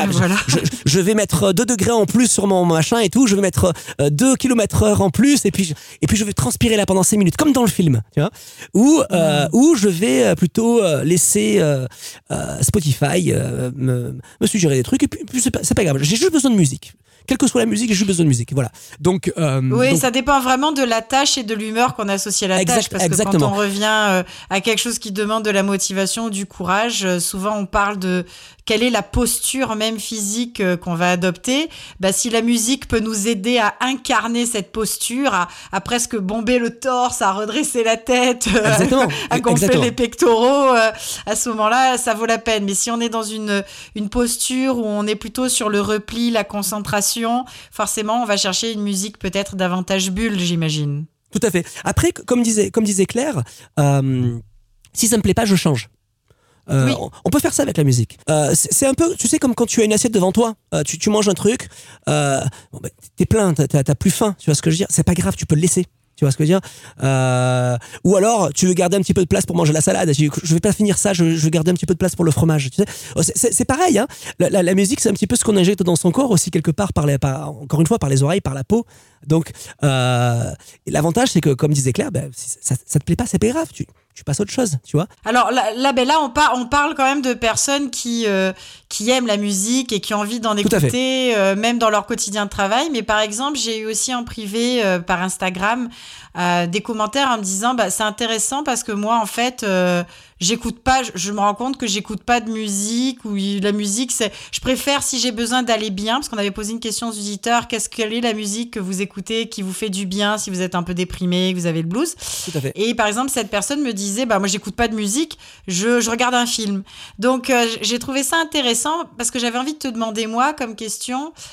je vais mettre 2 degrés en plus sur mon machin et tout, je vais mettre 2 km/h en plus et puis je vais transpirer là pendant 5 minutes, comme dans le film, tu vois. Ou je vais plutôt laisser Spotify me suggérer des trucs et puis c'est pas grave, j'ai juste besoin de musique. Quelle que soit la musique, j'ai juste besoin de musique. Voilà. Donc, ça dépend vraiment de la tâche et de l'humeur qu'on associe à la tâche. Parce que quand on revient à quelque chose qui demande de la motivation, du courage, souvent on parle de quelle est la posture même physique qu'on va adopter. Bah, si la musique peut nous aider à incarner cette posture, à presque bomber le torse, à redresser la tête, à gonfler les pectoraux, à ce moment-là, ça vaut la peine. Mais si on est dans une posture où on est plutôt sur le repli, la concentration, forcément, on va chercher une musique peut-être davantage bulle, j'imagine. Tout à fait. Après, comme disait Claire, si ça me plaît pas, je change. Oui. On peut faire ça avec la musique. C'est un peu, tu sais, comme quand tu as une assiette devant toi, tu manges un truc, t'es plein, t'as plus faim, tu vois ce que je veux dire. C'est pas grave, tu peux le laisser. Tu vois ce que je veux dire. Ou alors, tu veux garder un petit peu de place pour manger la salade. Je vais pas finir ça, je vais garder un petit peu de place pour le fromage. Tu sais, c'est pareil. Hein. La musique, c'est un petit peu ce qu'on injecte dans son corps aussi, quelque part, encore une fois, par les oreilles, par la peau. Donc, l'avantage, c'est que, comme disait Claire, si ça te plaît pas, c'est pas grave. Tu passes à autre chose, tu vois. Alors là, on parle quand même de personnes qui aiment la musique et qui ont envie d'en écouter, même dans leur quotidien de travail. Mais par exemple, j'ai eu aussi en privé, par Instagram, des commentaires en me disant c'est intéressant parce que moi, en fait, j'écoute pas, je me rends compte que j'écoute pas de musique, ou la musique, je préfère, si j'ai besoin d'aller bien, parce qu'on avait posé une question aux auditeurs, quelle est la musique que vous écoutez qui vous fait du bien si vous êtes un peu déprimé, que vous avez le blues. Tout à fait. Et par exemple, cette personne me disait, moi j'écoute pas de musique, je regarde un film. Donc j'ai trouvé ça intéressant parce que j'avais envie de te demander, moi, comme question,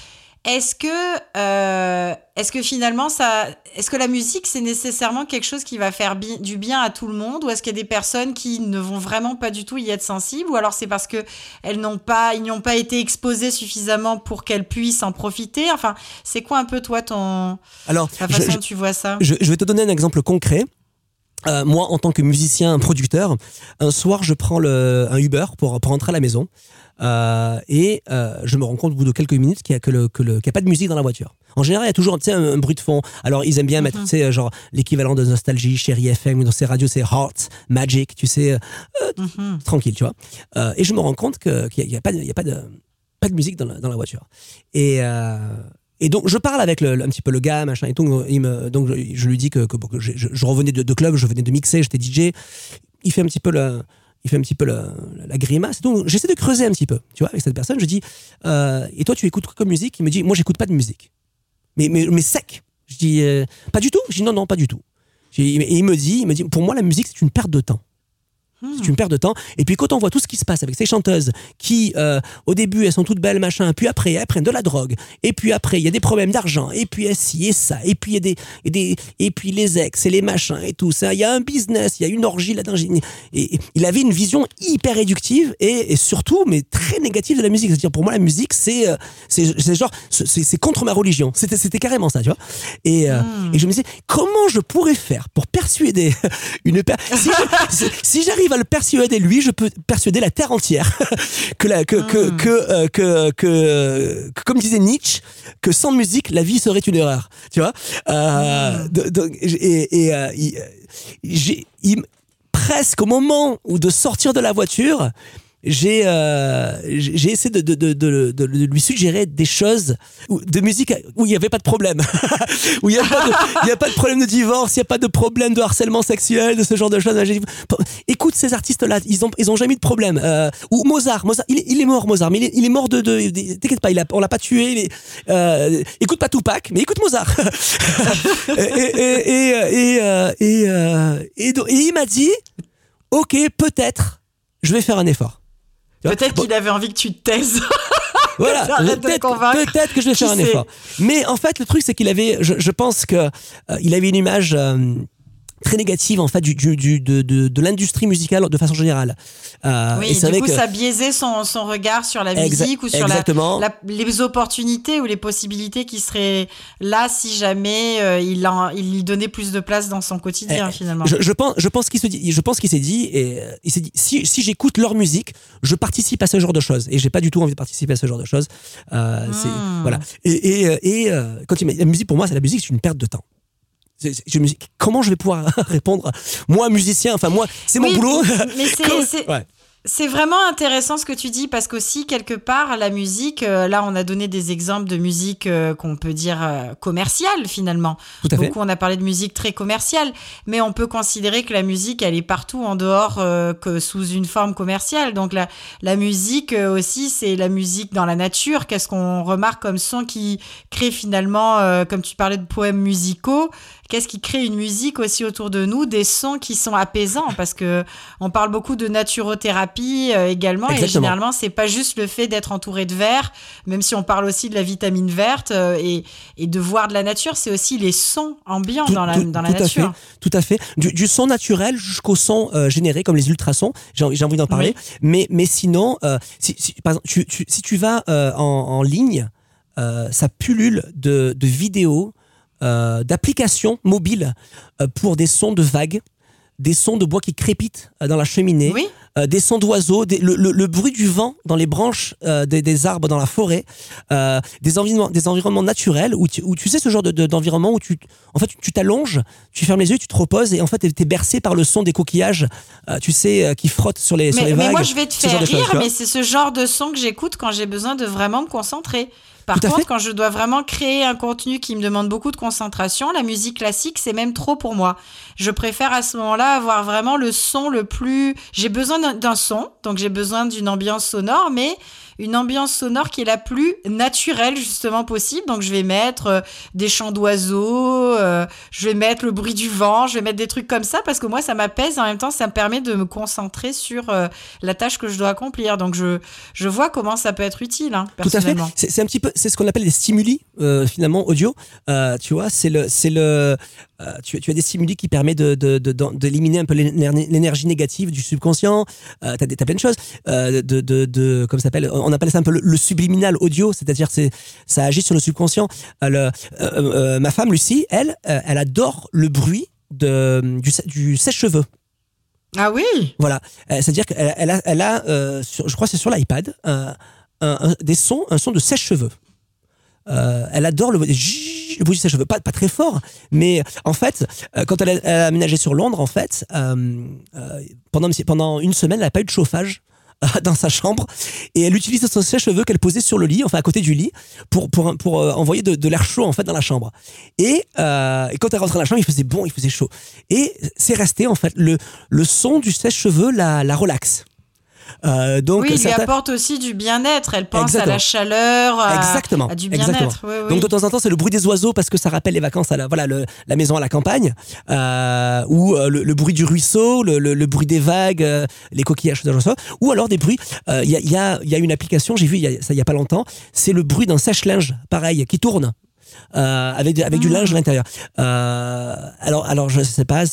Est-ce que finalement est-ce que la musique c'est nécessairement quelque chose qui va faire du bien à tout le monde, ou est-ce qu'il y a des personnes qui ne vont vraiment pas du tout y être sensibles, ou alors c'est parce que ils n'y ont pas été exposées suffisamment pour qu'elles puissent en profiter? Enfin, c'est quoi un peu toi la façon dont tu vois ça? Je vais te donner un exemple concret. Moi, en tant que musicien, producteur, un soir, je prends un Uber pour rentrer à la maison. Et je me rends compte au bout de quelques minutes qu'il n'y a pas de musique dans la voiture. En général, il y a toujours un bruit de fond. Alors, ils aiment bien mettre, tu sais, genre l'équivalent de Nostalgie, Chérie FM, dans ces radios, c'est Heart, Magic, tu sais, tranquille, tu vois. Et je me rends compte qu'il n'y a pas de musique dans la voiture. Et donc, je parle avec un petit peu le gars, machin, et tout. Donc, je lui dis que je revenais de club, je venais de mixer, j'étais DJ. Il fait un petit peu la grimace. Donc, j'essaie de creuser un petit peu, tu vois, avec cette personne. Je dis, et toi, tu écoutes quoi comme musique? Il me dit, moi, j'écoute pas de musique. Mais sec. Je dis, pas du tout? Je dis, non, pas du tout. Et il me dit, pour moi, la musique, c'est une perte de temps. C'est une perte de temps. Et puis quand on voit tout ce qui se passe avec ces chanteuses qui, au début, elles sont toutes belles, machin, puis après, elles prennent de la drogue, et puis après, il y a des problèmes d'argent, et puis ci et ça, et puis et puis les ex et les machins et tout ça. Il y a un business, il y a une orgie là-dedans. Et il avait une vision hyper réductive et surtout, mais très négative de la musique. C'est-à-dire, pour moi, la musique, c'est contre ma religion. C'était carrément ça, tu vois. Et je me disais, comment je pourrais faire pour persuader si j'arrive à le persuader lui, je peux persuader la terre entière que comme disait Nietzsche, que sans musique la vie serait une erreur, tu vois. Presque au moment où de sortir de la voiture, j'ai essayé de lui suggérer des choses de musique où il n'y avait pas de problème, où il n'y a pas de problème de divorce, il n'y a pas de problème de harcèlement sexuel, de ce genre de choses. Écoute ces artistes-là, ils ont jamais eu de problème. Ou Mozart, il est mort, Mozart, mais il est mort t'inquiète pas, on l'a pas tué. Écoute pas Tupac, mais écoute Mozart. Et il m'a dit, ok, peut-être, je vais faire un effort. Peut-être qu'il avait envie que tu te taises. Voilà, peut-être que je vais faire un effort. Mais en fait, le truc, c'est qu'il avait, je pense que il avait une image très négative en fait de l'industrie musicale de façon générale. Oui, et du coup, ça biaisait son regard sur la musique ou sur les opportunités ou les possibilités qui seraient là si jamais il lui donnait plus de place dans son quotidien finalement. Je pense qu'il s'est dit si j'écoute leur musique, je participe à ce genre de choses et j'ai pas du tout envie de participer à ce genre de choses. Voilà. Et quand il m'a dit, la musique pour moi, c'est une perte de temps. Je me dis, comment je vais pouvoir répondre, moi musicien, enfin moi c'est mon boulot. Mais c'est vraiment intéressant ce que tu dis, parce qu'aussi quelque part la musique, là on a donné des exemples de musique qu'on peut dire commerciale finalement. Tout à fait. Beaucoup on a parlé de musique très commerciale, mais on peut considérer que la musique elle est partout en dehors que sous une forme commerciale. Donc la musique aussi, c'est la musique dans la nature. Qu'est-ce qu'on remarque comme son qui crée finalement, comme tu parlais de poèmes musicaux, qu'est-ce qui crée une musique aussi autour de nous, des sons qui sont apaisants, parce que on parle beaucoup de naturothérapie également. Exactement. Et généralement c'est pas juste le fait d'être entouré de verre, même si on parle aussi de la vitamine verte et de voir de la nature, c'est aussi les sons ambiants dans la nature. Tout à fait. Du son naturel jusqu'au son généré comme les ultrasons. J'ai envie d'en parler. Oui. Mais sinon, par exemple, si tu vas en ligne, ça pullule de vidéos, d'applications mobiles pour des sons de vagues, des sons de bois qui crépitent dans la cheminée, oui. Des sons d'oiseaux, le bruit du vent dans les branches des arbres dans la forêt, des environnements naturels où tu sais ce genre d'environnement où tu t'allonges, tu fermes les yeux, tu te reposes et en fait t'es bercé par le son des coquillages, tu sais, qui frottent sur les vagues. Mais moi je vais te faire rire, mais c'est ce genre de son que j'écoute quand j'ai besoin de vraiment me concentrer. Par contre, quand je dois vraiment créer un contenu qui me demande beaucoup de concentration, la musique classique, c'est même trop pour moi. Je préfère à ce moment-là avoir vraiment le son le plus... J'ai besoin d'un son, donc j'ai besoin d'une ambiance sonore, mais une ambiance sonore qui est la plus naturelle justement possible. Donc je vais mettre des chants d'oiseaux, je vais mettre le bruit du vent, je vais mettre des trucs comme ça parce que moi ça m'apaise, en même temps ça me permet de me concentrer sur la tâche que je dois accomplir. Donc je vois comment ça peut être utile, hein, personnellement. Tout à fait. C'est un petit peu, c'est ce qu'on appelle des stimuli finalement audio. Tu vois, tu as des stimuli qui permettent d'éliminer un peu l'énergie négative du subconscient. T'as plein de choses. Comme ça s'appelle, on appelle ça un peu le subliminal audio, c'est-à-dire ça agit sur le subconscient. Ma femme Lucie, elle adore le bruit du sèche-cheveux. Ah oui. Voilà. C'est-à-dire qu'elle a je crois que c'est sur l'iPad, un son de sèche-cheveux. Elle adore le bruit du sèche-cheveux, pas très fort, mais en fait, quand elle a aménagé sur Londres, en fait, pendant une semaine, elle n'a pas eu de chauffage dans sa chambre, et elle utilise son sèche-cheveux qu'elle posait sur le lit, enfin à côté du lit, pour envoyer de l'air chaud en fait dans la chambre. Et quand elle rentrait dans la chambre, il faisait bon, il faisait chaud, et c'est resté en fait le son du sèche-cheveux la relaxe. Donc, oui, il lui apporte aussi du bien-être. Elle pense à la chaleur, à du bien-être. Oui, oui. Donc de temps en temps, c'est le bruit des oiseaux parce que ça rappelle les vacances à la maison à la campagne, ou le bruit du ruisseau, le bruit des vagues, les coquillages, ou alors des bruits. Il y a une application, j'ai vu il y a pas longtemps, c'est le bruit d'un sèche-linge, pareil, qui tourne. Avec du linge à l'intérieur. Alors je sais pas.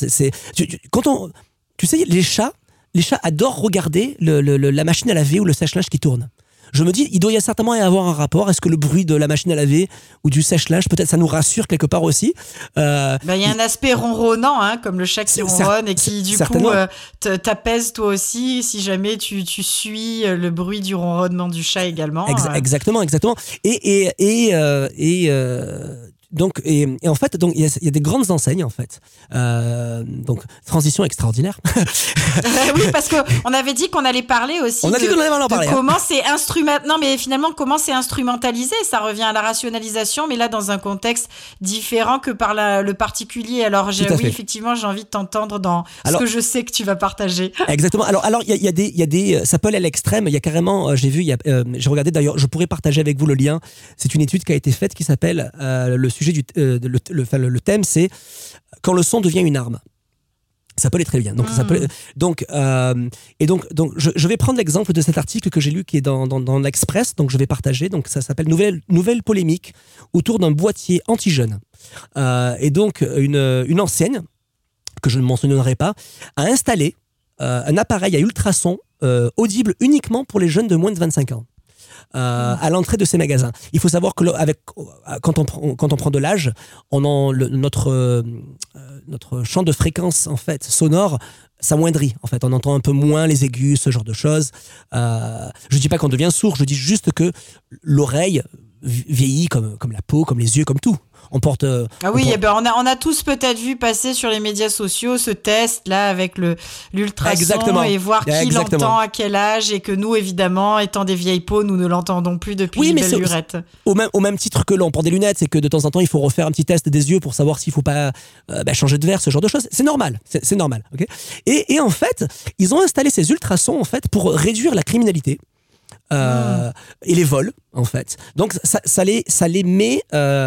Tu sais, les chats adorent regarder la machine à laver ou le sèche-linge qui tourne. Je me dis, il doit y certainement y avoir un rapport. Est-ce que le bruit de la machine à laver ou du sèche-linge, peut-être ça nous rassure quelque part aussi. Il y a un aspect ronronnant, hein, comme le chat qui ronronne et qui du coup t'apaise toi aussi si jamais tu suis le bruit du ronronnement du chat également. Exactement. Donc, et en fait, donc, il y a des grandes enseignes, en fait. Donc, transition extraordinaire. Oui, parce qu'on avait dit qu'on allait parler aussi de comment c'est comment c'est instrumentalisé. Ça revient à la rationalisation, mais là, dans un contexte différent que par le particulier. Alors, effectivement, j'ai envie de t'entendre dans ce que je sais que tu vas partager. Exactement. Alors, il y a des, ça peut aller à l'extrême. Il y a carrément, j'ai j'ai regardé d'ailleurs, je pourrais partager avec vous le lien. C'est une étude qui a été faite qui s'appelle, le thème, c'est quand le son devient une arme. Ça peut aller très bien. Donc, je vais prendre l'exemple de cet article que j'ai lu qui est dans l'Express. Donc, je vais partager. Donc, ça s'appelle Nouvelle polémique autour d'un boîtier anti-jeune. Et donc, une enseigne que je ne mentionnerai pas a installé un appareil à ultrasons audible uniquement pour les jeunes de moins de 25 ans. À l'entrée de ces magasins. Il faut savoir que quand on prend de l'âge, notre champ de fréquence en fait sonore s'amoindrit. En fait, on entend un peu moins les aigus, ce genre de choses. Je dis pas qu'on devient sourd, je dis juste que l'oreille vieillit comme la peau, comme les yeux, comme tout. On a tous peut-être vu passer sur les médias sociaux ce test là avec l'ultrason et voir qui l'entend à quel âge, et que nous évidemment étant des vieilles peaux nous ne l'entendons plus depuis une belle lurette. Au même titre que l'on porte des lunettes, c'est que de temps en temps il faut refaire un petit test des yeux pour savoir s'il faut pas changer de verre, ce genre de choses. C'est normal, c'est normal. Okay, et en fait ils ont installé ces ultrasons en fait pour réduire la criminalité. Et les vols en fait. Donc ça les met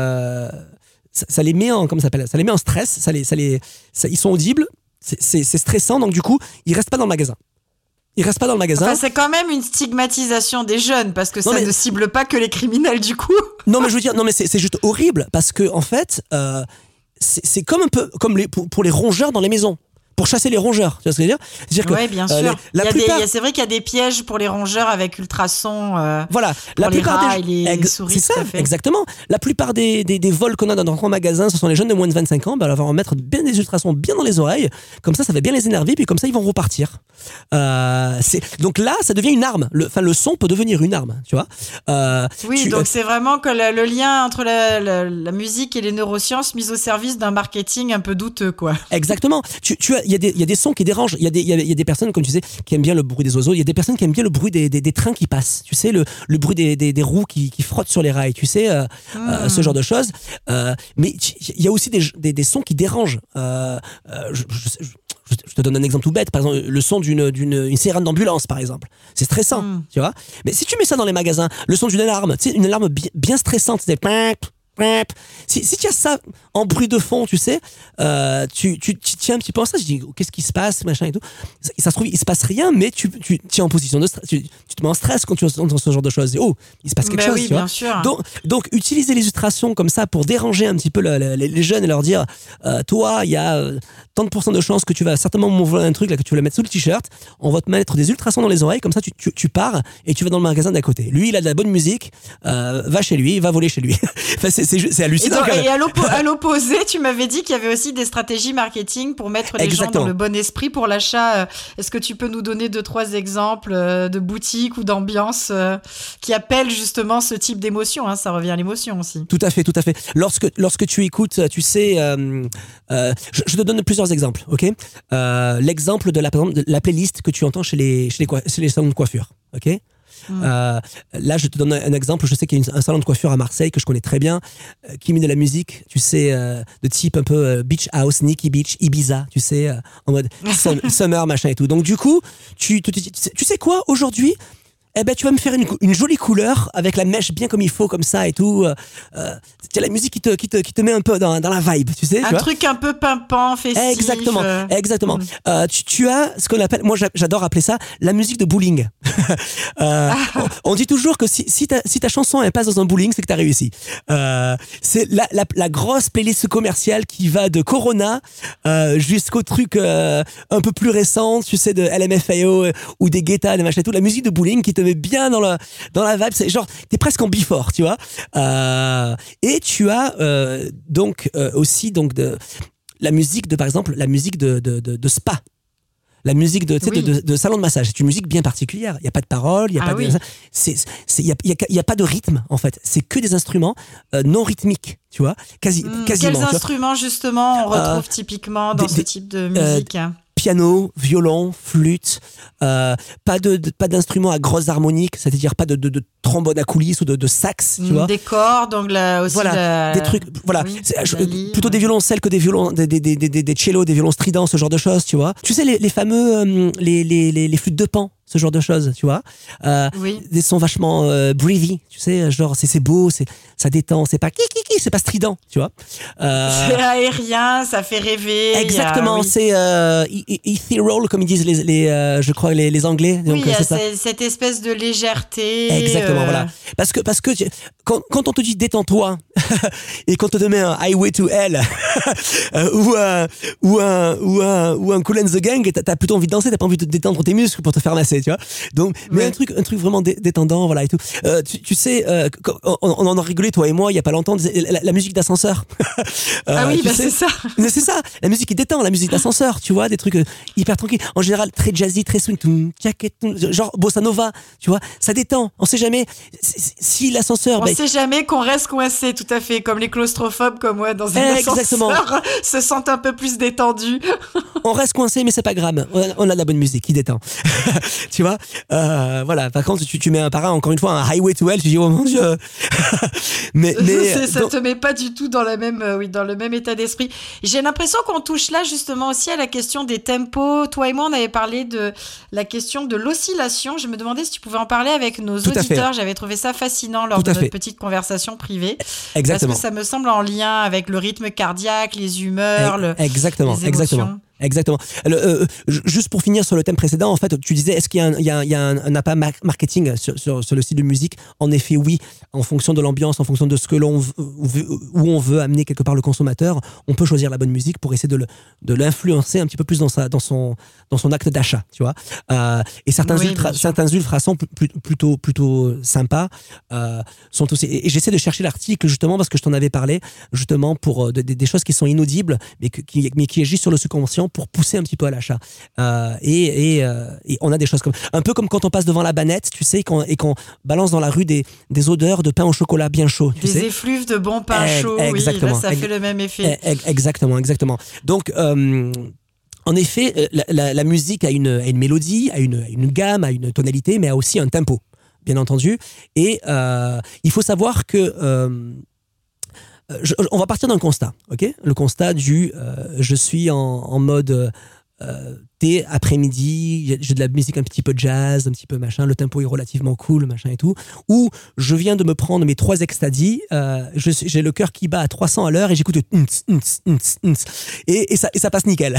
en comment ça s'appelle, ça les met en stress, ils sont audibles, c'est stressant, donc du coup ils restent pas dans le magasin. Enfin, c'est quand même une stigmatisation des jeunes parce que ne cible pas que les criminels du coup. Non mais je veux dire, c'est juste horrible parce que en fait c'est comme un peu comme pour les rongeurs dans les maisons. Pour chasser les rongeurs, tu vois ce que je veux dire ? C'est-à-dire oui, bien sûr. C'est vrai qu'il y a des pièges pour les rongeurs avec ultrasons. Voilà, la plupart des souris. C'est ça, exactement. La plupart des vols qu'on a dans notre magasin, ce sont les jeunes de moins de 25 ans. On va mettre bien des ultrasons bien dans les oreilles. Comme ça va bien les énerver, puis comme ça, ils vont repartir. Donc là, ça devient une arme. Le son peut devenir une arme, tu vois. Donc c'est vraiment que le lien entre la musique et les neurosciences mis au service d'un marketing un peu douteux, quoi. Exactement. y a des sons qui dérangent. Il y a des personnes, comme tu sais, qui aiment bien le bruit des oiseaux. Il y a des personnes qui aiment bien le bruit des trains qui passent. Tu sais, le bruit des roues qui frottent sur les rails. Tu sais, ce genre de choses. Mais il y a aussi des sons qui dérangent. Je te donne un exemple tout bête. Par exemple, le son d'une sirène d'ambulance, par exemple. C'est stressant, tu vois. Mais si tu mets ça dans les magasins, le son d'une alarme, tu sais, une alarme bien stressante, c'est si tu as ça en bruit de fond, tu sais, tu tiens un petit peu en ça. Je dis, qu'est-ce qui se passe, machin et tout. Ça se trouve, il se passe rien, mais tu es en position de stress. Tu te mets en stress quand tu entends ce genre de choses. Il se passe quelque chose. Oui, tu vois. bien sûr. Donc, utiliser les illustrations comme ça pour déranger un petit peu les jeunes et leur dire, toi, il y a tant de pourcents de chances que tu vas certainement m'envoyer un truc là, que tu vas le mettre sous le t-shirt. On va te mettre des ultrasons dans les oreilles, comme ça tu pars et tu vas dans le magasin d'à côté. Lui, il a de la bonne musique, va chez lui, va voler chez lui. Enfin, c'est hallucinant. Et à l'opposé, tu m'avais dit qu'il y avait aussi des stratégies marketing pour mettre les gens dans le bon esprit pour l'achat. Est-ce que tu peux nous donner 2-3 exemples de boutiques ou d'ambiances qui appellent justement ce type d'émotion, hein, ça revient à l'émotion aussi. Tout à fait. Lorsque tu écoutes, tu sais, je te donne plusieurs exemples, ok. L'exemple de la playlist que tu entends chez les salons de coiffure, ok. Là, je te donne un exemple. Je sais qu'il y a un salon de coiffure à Marseille que je connais très bien, qui met de la musique, tu sais, de type un peu beach house, Nikki Beach, Ibiza, tu sais, en mode summer, machin et tout. Donc du coup, tu sais quoi, aujourd'hui, tu vas me faire une jolie couleur avec la mèche bien comme il faut, comme ça et tout. C'est la musique qui te met un peu dans la vibe, tu sais. Un truc un peu pimpant, festif. Exactement. Tu as ce qu'on appelle, moi j'adore appeler ça la musique de bowling. On dit toujours que si ta chanson elle passe dans un bowling, c'est que t'as réussi. C'est la grosse playlist commerciale qui va de Corona jusqu'au truc un peu plus récent, tu sais, de LMFAO ou des Guetta, des machins et tout. La musique de bowling qui te met bien dans la vibe, c'est genre t'es presque en before, tu vois. Et tu as aussi de la musique de, par exemple, la musique de spa. La musique de salon de massage, c'est une musique bien particulière. Il y a pas de paroles, il y a y a pas de rythme en fait. C'est que des instruments non rythmique, tu vois, quasiment. Quels instruments justement on retrouve typiquement dans ce type de musique? Piano, violon, flûte, pas d'instruments à grosses harmoniques, c'est-à-dire pas de trombone à coulisses ou de sax, tu vois. Des cordes, donc là aussi. Voilà, des trucs, voilà. Plutôt des violoncelles que des violons, des cellos, des violons stridents, ce genre de choses, tu vois. Tu sais, les fameux, les flûtes de Pan, ce genre de choses, tu vois. Des sons vachement breathy, tu sais, genre c'est beau, ça détend, c'est pas c'est pas strident, tu vois. C'est aérien, ça fait rêver. Exactement, c'est ethereal comme ils disent je crois les Anglais. Donc, il y a cette espèce de légèreté. Exactement, voilà. Parce que quand on te dit détends-toi et quand on te met un Highway to Hell ou un Kool and the Gang, t'as plutôt envie de danser, t'as pas envie de détendre tes muscles pour te faire masser, tu vois. Donc, mais un truc vraiment détendant, voilà et tout. Tu sais, on en a rigolé toi et moi il y a pas longtemps, la musique d'ascenseur. C'est ça. C'est ça, la musique qui détend, la musique d'ascenseur, tu vois, des trucs hyper tranquilles. En général, très jazzy, très swing, genre bossa nova, tu vois, ça détend. On sait jamais si l'ascenseur. On sait jamais qu'on reste coincé, tout à fait, comme les claustrophobes comme moi dans un ascenseur se sentent un peu plus détendus. On reste coincé, mais c'est pas grave. On a de la bonne musique qui détend. Tu vois, voilà. Par contre, tu mets encore une fois un Highway to Hell, tu dis oh mon Dieu. mais ça te met pas du tout dans dans le même état d'esprit. J'ai l'impression qu'on touche là justement aussi à la question des tempos. Toi et moi, on avait parlé de la question de l'oscillation. Je me demandais si tu pouvais en parler avec nos auditeurs. J'avais trouvé ça fascinant lors de notre petite conversation privée. Exactement. Parce que ça me semble en lien avec le rythme cardiaque, les humeurs, les émotions. Exactement. Juste pour finir sur le thème précédent, en fait, tu disais, est-ce qu'il y a un appât marketing sur le style de musique? En effet, oui. En fonction de l'ambiance, en fonction de ce que où on veut amener quelque part le consommateur, on peut choisir la bonne musique pour essayer de l'influencer un petit peu plus dans son acte d'achat, tu vois. Et certains ultrasons plutôt sympas sont aussi. Et j'essaie de chercher l'article justement parce que je t'en avais parlé justement pour des choses qui sont inaudibles, mais qui agissent sur le subconscient pour pousser un petit peu à l'achat. Et on a des choses un peu comme quand on passe devant la banette, tu sais, et qu'on balance dans la rue des odeurs de pain au chocolat bien chaud. Des effluves de bon pain chaud, exactement. Oui, là ça fait le même effet. Exactement. Donc, En effet, la musique a une mélodie, a une gamme, a une tonalité, mais a aussi un tempo, bien entendu. Et il faut savoir que on va partir d'un constat, ok ? Le constat je suis en mode thé après-midi, j'ai de la musique un petit peu jazz, un petit peu machin, le tempo est relativement cool, machin et tout. Ou je viens de me prendre mes 3 extasies, j'ai le cœur qui bat à 300 à l'heure et j'écoute et ça passe nickel.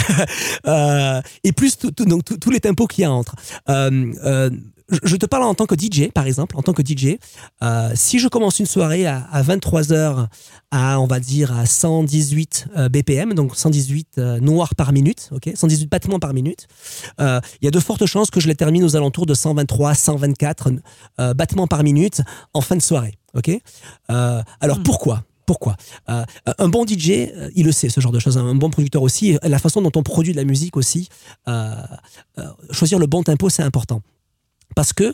Et plus donc tous les tempos qu'il y a entre. Je te parle en tant que DJ, par exemple, en tant que DJ. Si je commence une soirée à 23h on va dire, à 118 BPM, donc 118 noirs par minute, ok, 118 battements par minute, il y a de fortes chances que je les termine aux alentours de 123, 124 battements par minute en fin de soirée, ok. Alors pourquoi ? Un bon DJ, il le sait, ce genre de choses. Un bon producteur aussi, la façon dont on produit de la musique aussi, choisir le bon tempo, c'est important. Parce que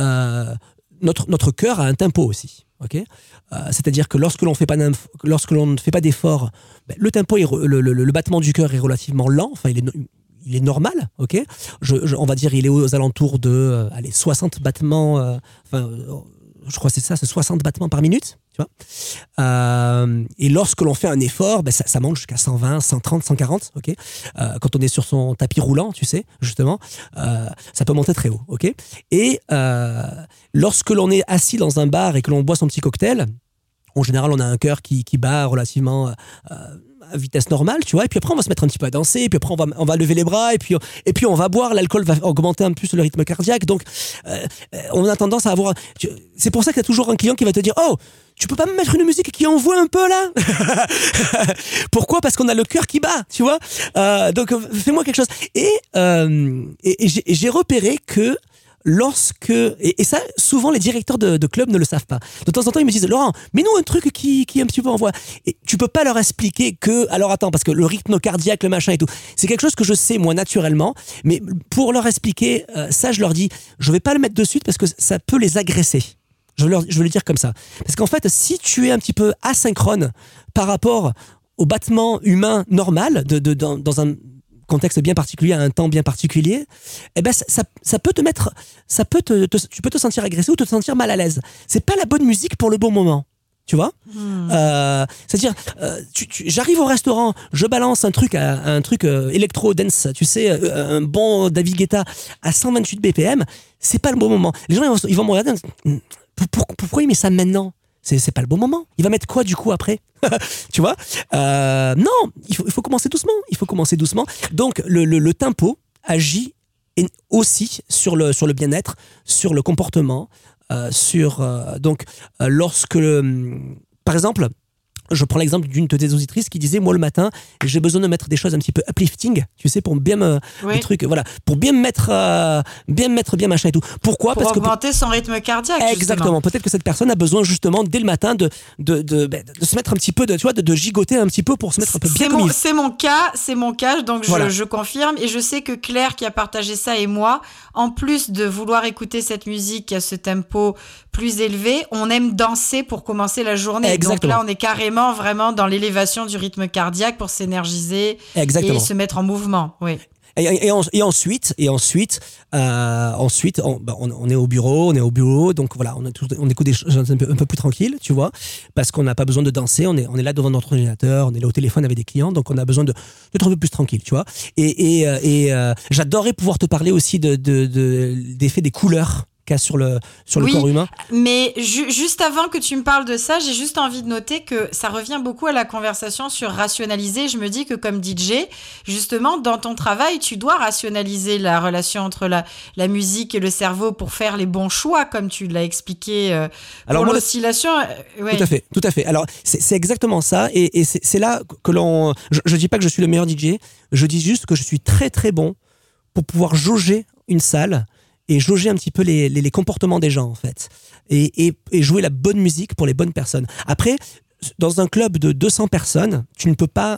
notre cœur a un tempo aussi, ok. C'est-à-dire que lorsque l'on ne fait pas d'effort, le tempo, le battement du cœur est relativement lent. Enfin, il est normal, ok. On va dire, il est aux alentours de 60 battements. Je crois que c'est 60 battements par minute, tu vois. Et lorsque l'on fait un effort, ça monte jusqu'à 120, 130, 140, ok. Quand on est sur son tapis roulant, tu sais, justement, ça peut monter très haut, ok. Et lorsque l'on est assis dans un bar et que l'on boit son petit cocktail, en général, on a un cœur qui bat relativement à vitesse normale, tu vois, et puis après on va se mettre un petit peu à danser, et puis après on va lever les bras, et puis on va boire, l'alcool va augmenter un peu plus le rythme cardiaque, donc on a tendance à avoir... C'est pour ça qu'il y a toujours un client qui va te dire « Oh, tu peux pas me mettre une musique qui envoie un peu là ?» Pourquoi ? Parce qu'on a le cœur qui bat, tu vois. Donc fais-moi quelque chose. Et j'ai repéré que et ça, souvent les directeurs de clubs ne le savent pas. De temps en temps, ils me disent « Laurent, mets-nous un truc qui un petit peu envoie. » Et tu peux pas leur expliquer que... Alors attends, parce que le rythme cardiaque, le machin et tout, c'est quelque chose que je sais moi naturellement, mais pour leur expliquer ça, je leur dis « Je vais pas le mettre de suite parce que ça peut les agresser. » Je veux le dire comme ça. Parce qu'en fait, si tu es un petit peu asynchrone par rapport au battement humain normal dans un contexte bien particulier, à un temps bien particulier, eh ben ça peut te mettre, tu peux te sentir agressé ou te sentir mal à l'aise. C'est pas la bonne musique pour le bon moment, tu vois. C'est-à-dire, j'arrive au restaurant, je balance un truc électro dance, tu sais, un bon David Guetta à 128 BPM, c'est pas le bon moment. Les gens ils vont me regarder, pourquoi il met ça maintenant ? C'est pas le bon moment. Il va mettre quoi du coup après ? Tu vois ? Non, il faut commencer doucement. Donc le tempo agit aussi sur le bien-être, sur le comportement, lorsque par exemple, je prends l'exemple d'une de tes auditrices qui disait, moi le matin, j'ai besoin de mettre des choses un petit peu uplifting, tu sais, pour bien des trucs, voilà, pour bien me mettre bien machin et tout. Pourquoi ? Pour augmenter son rythme cardiaque. Exactement. Justement. Peut-être que cette personne a besoin justement dès le matin de se mettre un petit peu, tu vois, de gigoter un petit peu pour se mettre un peu bien. C'est mon cas, donc voilà. je confirme, et je sais que Claire qui a partagé ça et moi, en plus de vouloir écouter cette musique qui a ce tempo plus élevé, on aime danser pour commencer la journée. Exactement. Donc là, on est carrément vraiment dans l'élévation du rythme cardiaque pour s'énergiser. Exactement. Et se mettre en mouvement. Oui. Et ensuite, on est au bureau, donc voilà, on écoute des choses un peu plus tranquilles, tu vois, parce qu'on n'a pas besoin de danser, on est là devant notre ordinateur, on est là au téléphone avec des clients, donc on a besoin d'être un peu plus tranquille, tu vois. Et j'adorerais pouvoir te parler aussi d'effet des couleurs qu'il y a sur le corps humain. Mais juste avant que tu me parles de ça, j'ai juste envie de noter que ça revient beaucoup à la conversation sur rationaliser. Je me dis que comme DJ, justement, dans ton travail, tu dois rationaliser la relation entre la musique et le cerveau pour faire les bons choix, comme tu l'as expliqué pour l'oscillation. Ouais. Tout à fait. Alors, c'est exactement ça. Et c'est là que je dis pas que je suis le meilleur DJ, je dis juste que je suis très très bon pour pouvoir jauger une salle et jauger un petit peu les comportements des gens, en fait. Et jouer la bonne musique pour les bonnes personnes. Après, dans un club de 200 personnes, tu ne peux pas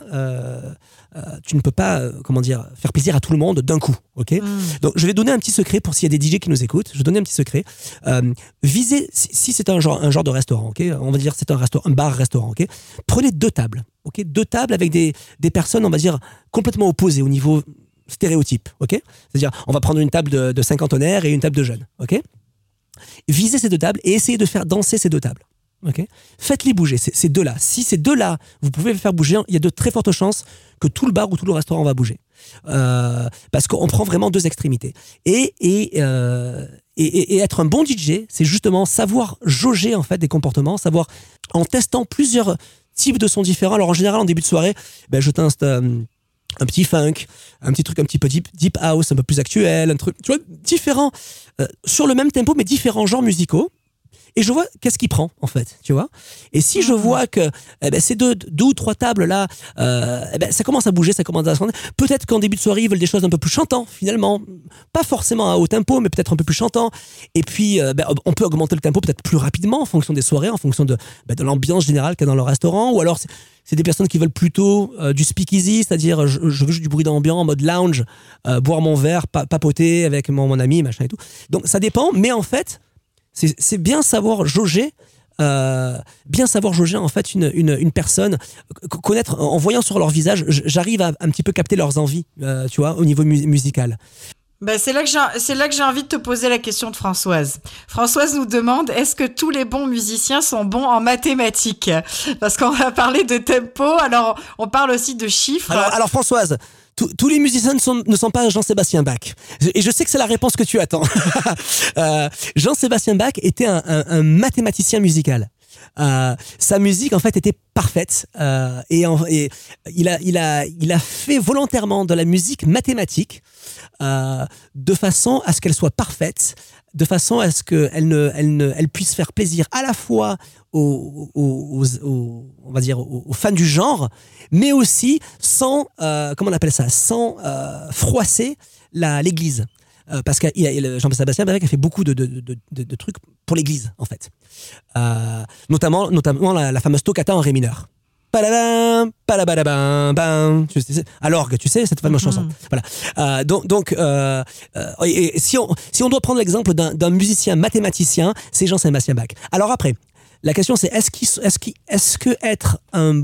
faire plaisir à tout le monde d'un coup, ok ? Donc, je vais donner un petit secret pour s'il y a des DJ qui nous écoutent. Je vais donner un petit secret. Visez, si c'est un genre de restaurant, ok ? On va dire c'est un bar-restaurant, ok ? Prenez 2 tables, ok ? 2 tables avec des personnes, on va dire, complètement opposées au niveau stéréotypes, ok? C'est-à-dire, on va prendre une table de cinquantenaires et une table de jeunes, ok? Visez ces deux tables et essayez de faire danser ces deux tables. Okay. Faites-les bouger, ces deux-là. Si ces deux-là, vous pouvez les faire bouger, il y a de très fortes chances que tout le bar ou tout le restaurant va bouger. Parce qu'on prend vraiment deux extrémités. Et être un bon DJ, c'est justement savoir jauger en fait des comportements, savoir en testant plusieurs types de sons différents. Alors en général, en début de soirée, je teste un petit funk, un petit truc un petit peu deep house, un peu plus actuel, un truc, tu vois, différent, sur le même tempo, mais différents genres musicaux. Et je vois qu'est-ce qu'il prend, en fait, tu vois. Et si je vois que ces deux ou trois tables-là, ça commence à bouger, ça commence à se rendre. Peut-être qu'en début de soirée, ils veulent des choses un peu plus chantantes, finalement. Pas forcément à haut tempo, mais peut-être un peu plus chantant. Et puis, on peut augmenter le tempo peut-être plus rapidement en fonction des soirées, en fonction de l'ambiance générale qu'il y a dans le restaurant. Ou alors, c'est des personnes qui veulent plutôt du speakeasy, c'est-à-dire je veux juste du bruit d'ambiance en mode lounge, boire mon verre, papoter avec mon ami, machin et tout. Donc, ça dépend, mais en fait, c'est bien savoir jauger en fait une personne, connaître en voyant sur leur visage, j'arrive à un petit peu capter leurs envies, tu vois, au niveau musical. C'est là que j'ai envie de te poser la question de Françoise. Françoise nous demande, est-ce que tous les bons musiciens sont bons en mathématiques? Parce qu'on va parler de tempo, alors on parle aussi de chiffres. Alors Françoise, tous les musiciens ne sont pas Jean-Sébastien Bach. Et je sais que c'est la réponse que tu attends. Jean-Sébastien Bach était un mathématicien musical. Sa musique en fait était parfaite et il a fait volontairement de la musique mathématique de façon à ce qu'elle soit parfaite, de façon à ce qu'elle puisse faire plaisir à la fois aux fans du genre, mais aussi sans froisser l'église. Parce que Jean-Sébastien Bach a fait beaucoup de trucs pour l'église, en fait. Notamment la fameuse toccata en ré mineur. À l'orgue, tu sais, cette fameuse chanson. Voilà. Et si on doit prendre l'exemple d'un musicien mathématicien, c'est Jean-Sébastien Bach. Alors après, la question c'est est-ce que être un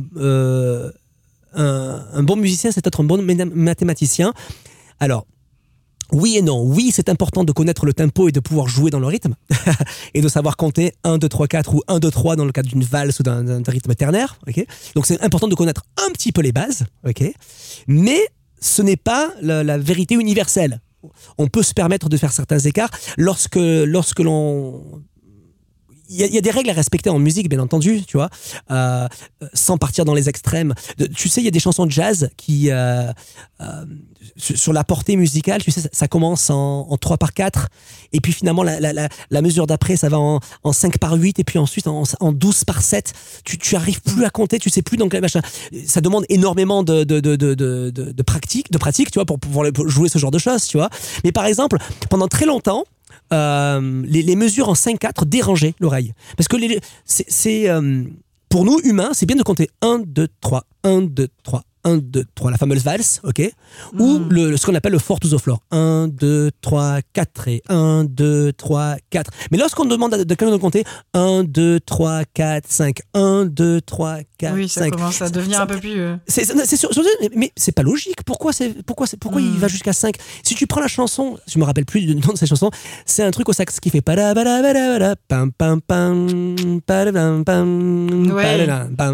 bon musicien, c'est être un bon mathématicien? Alors, oui et non. Oui, c'est important de connaître le tempo et de pouvoir jouer dans le rythme et de savoir compter 1, 2, 3, 4 ou 1, 2, 3 dans le cadre d'une valse ou d'un rythme ternaire. Okay, donc, c'est important de connaître un petit peu les bases. Okay, mais ce n'est pas la vérité universelle. On peut se permettre de faire certains écarts lorsque l'on... Il y a des règles à respecter en musique, bien entendu, tu vois, sans partir dans les extrêmes. Tu sais, il y a des chansons de jazz qui, sur la portée musicale, tu sais, ça commence en 3/4, et puis finalement, la mesure d'après, ça va en 5/8, et puis ensuite en 12/7. Tu arrives plus à compter, tu sais plus dans quel machin. Ça demande énormément de pratique, tu vois, pour pouvoir jouer ce genre de choses, tu vois. Mais par exemple, pendant très longtemps, les mesures en 5/4 dérangeaient l'oreille. Parce que pour nous, humains, c'est bien de compter 1, 2, 3, 1, 2, 3, 1, 2, 3, la fameuse valse, ok, ou ce qu'on appelle le 4 to the floor. 1, 2, 3, 4 et 1, 2, 3, 4. Mais lorsqu'on demande à quelqu'un de compter 1, 2, 3, 4, 5, 1, 2, 3, 4, oui, 5. ça commence à devenir un peu plus... Mais c'est pas logique. Pourquoi il va jusqu'à 5? Si tu prends la chanson, je me rappelle plus du nom de cette chanson, c'est un truc au sax qui fait pam pam pam pam pam pam